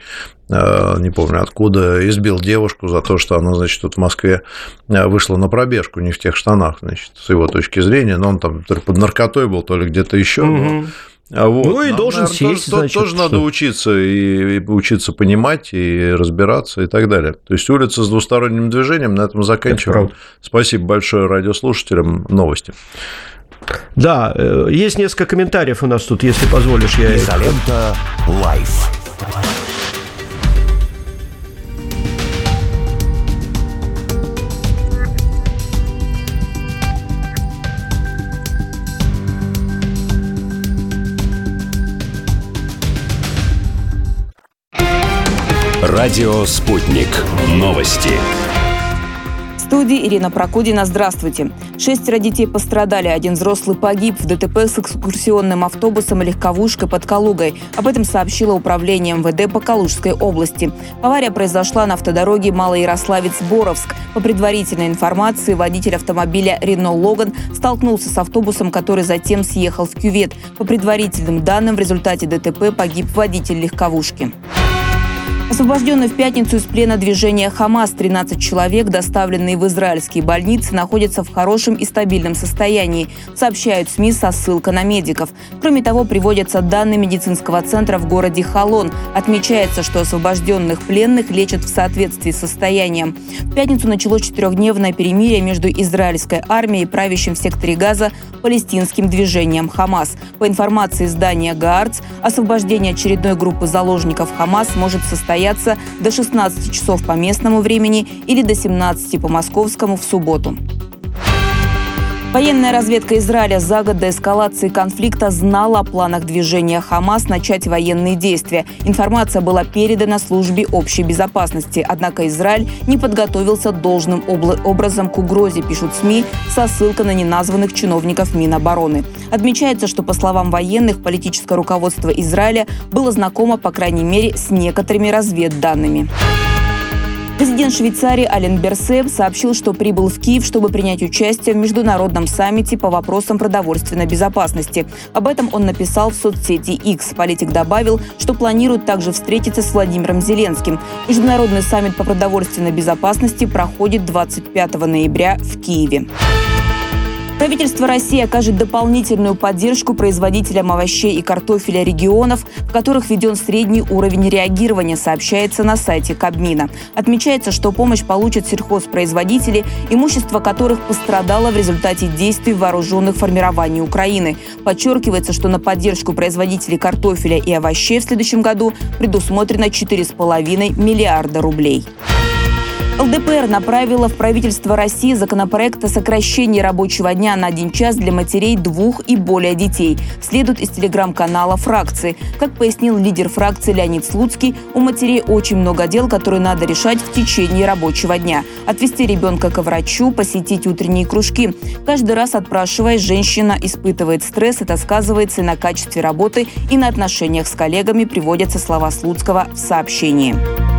не помню откуда, избил девушку за то, что она, значит, тут в Москве вышла на пробежку не в тех штанах, значит, с его точки зрения, но он там то ли под наркотой был, то ли где-то еще. Угу. Но... Вот. Ну и Нам, должен наверное, сесть, тоже, значит, тоже что? надо учиться и, и учиться понимать и разбираться и так далее. То есть улица с двусторонним движением, на этом заканчиваем. Спасибо большое радиослушателям. Новости. Да, есть несколько комментариев у нас тут, если позволишь. Я... Изолента Лайф. Радио «Спутник». Новости. студии Ирина Прокудина. Здравствуйте. Шестеро детей пострадали, один взрослый погиб в ДТП с экскурсионным автобусом и легковушкой под Калугой. Об этом сообщило управление эм вэ дэ по Калужской области. Авария произошла на автодороге Малоярославец-Боровск. По предварительной информации, водитель автомобиля «Рено Логан» столкнулся с автобусом, который затем съехал в кювет. По предварительным данным, в результате ДТП погиб водитель легковушки. Освобожденные в пятницу из плена движения «Хамас» тринадцать человек, доставленные в израильские больницы, находятся в хорошем и стабильном состоянии, сообщают СМИ со ссылкой на медиков. Кроме того, приводятся данные медицинского центра в городе Холон. Отмечается, что освобожденных пленных лечат в соответствии с состоянием. В пятницу началось четырехдневное перемирие между израильской армией и правящим в секторе Газа палестинским движением «Хамас». По информации издания «Гаарц», освобождение очередной группы заложников «Хамас» может состояться до шестнадцати часов по местному времени или до семнадцати по московскому в субботу. Военная разведка Израиля за год до эскалации конфликта знала о планах движения «Хамас» начать военные действия. Информация была передана службе общей безопасности. Однако Израиль не подготовился должным образом к угрозе, пишут СМИ со ссылкой на неназванных чиновников Минобороны. Отмечается, что, по словам военных, политическое руководство Израиля было знакомо, по крайней мере, с некоторыми разведданными. Президент Швейцарии Ален Берсе сообщил, что прибыл в Киев, чтобы принять участие в международном саммите по вопросам продовольственной безопасности. Об этом он написал в соцсети X. Политик добавил, что планирует также встретиться с Владимиром Зеленским. Международный саммит по продовольственной безопасности проходит двадцать пятого ноября в Киеве. Правительство России окажет дополнительную поддержку производителям овощей и картофеля регионов, в которых введен средний уровень реагирования, сообщается на сайте Кабмина. Отмечается, что помощь получат сельхозпроизводители, имущество которых пострадало в результате действий вооруженных формирований Украины. Подчеркивается, что на поддержку производителей картофеля и овощей в следующем году предусмотрено четыре с половиной миллиарда рублей. эл дэ пэ эр направила в правительство России законопроект о сокращении рабочего дня на один час для матерей двух и более детей. Следует из телеграм-канала фракции. Как пояснил лидер фракции Леонид Слуцкий, у матерей очень много дел, которые надо решать в течение рабочего дня. Отвезти ребенка к врачу, посетить утренние кружки. Каждый раз отпрашиваясь, женщина испытывает стресс. Это сказывается и на качестве работы, и на отношениях с коллегами, приводятся слова Слуцкого в сообщении.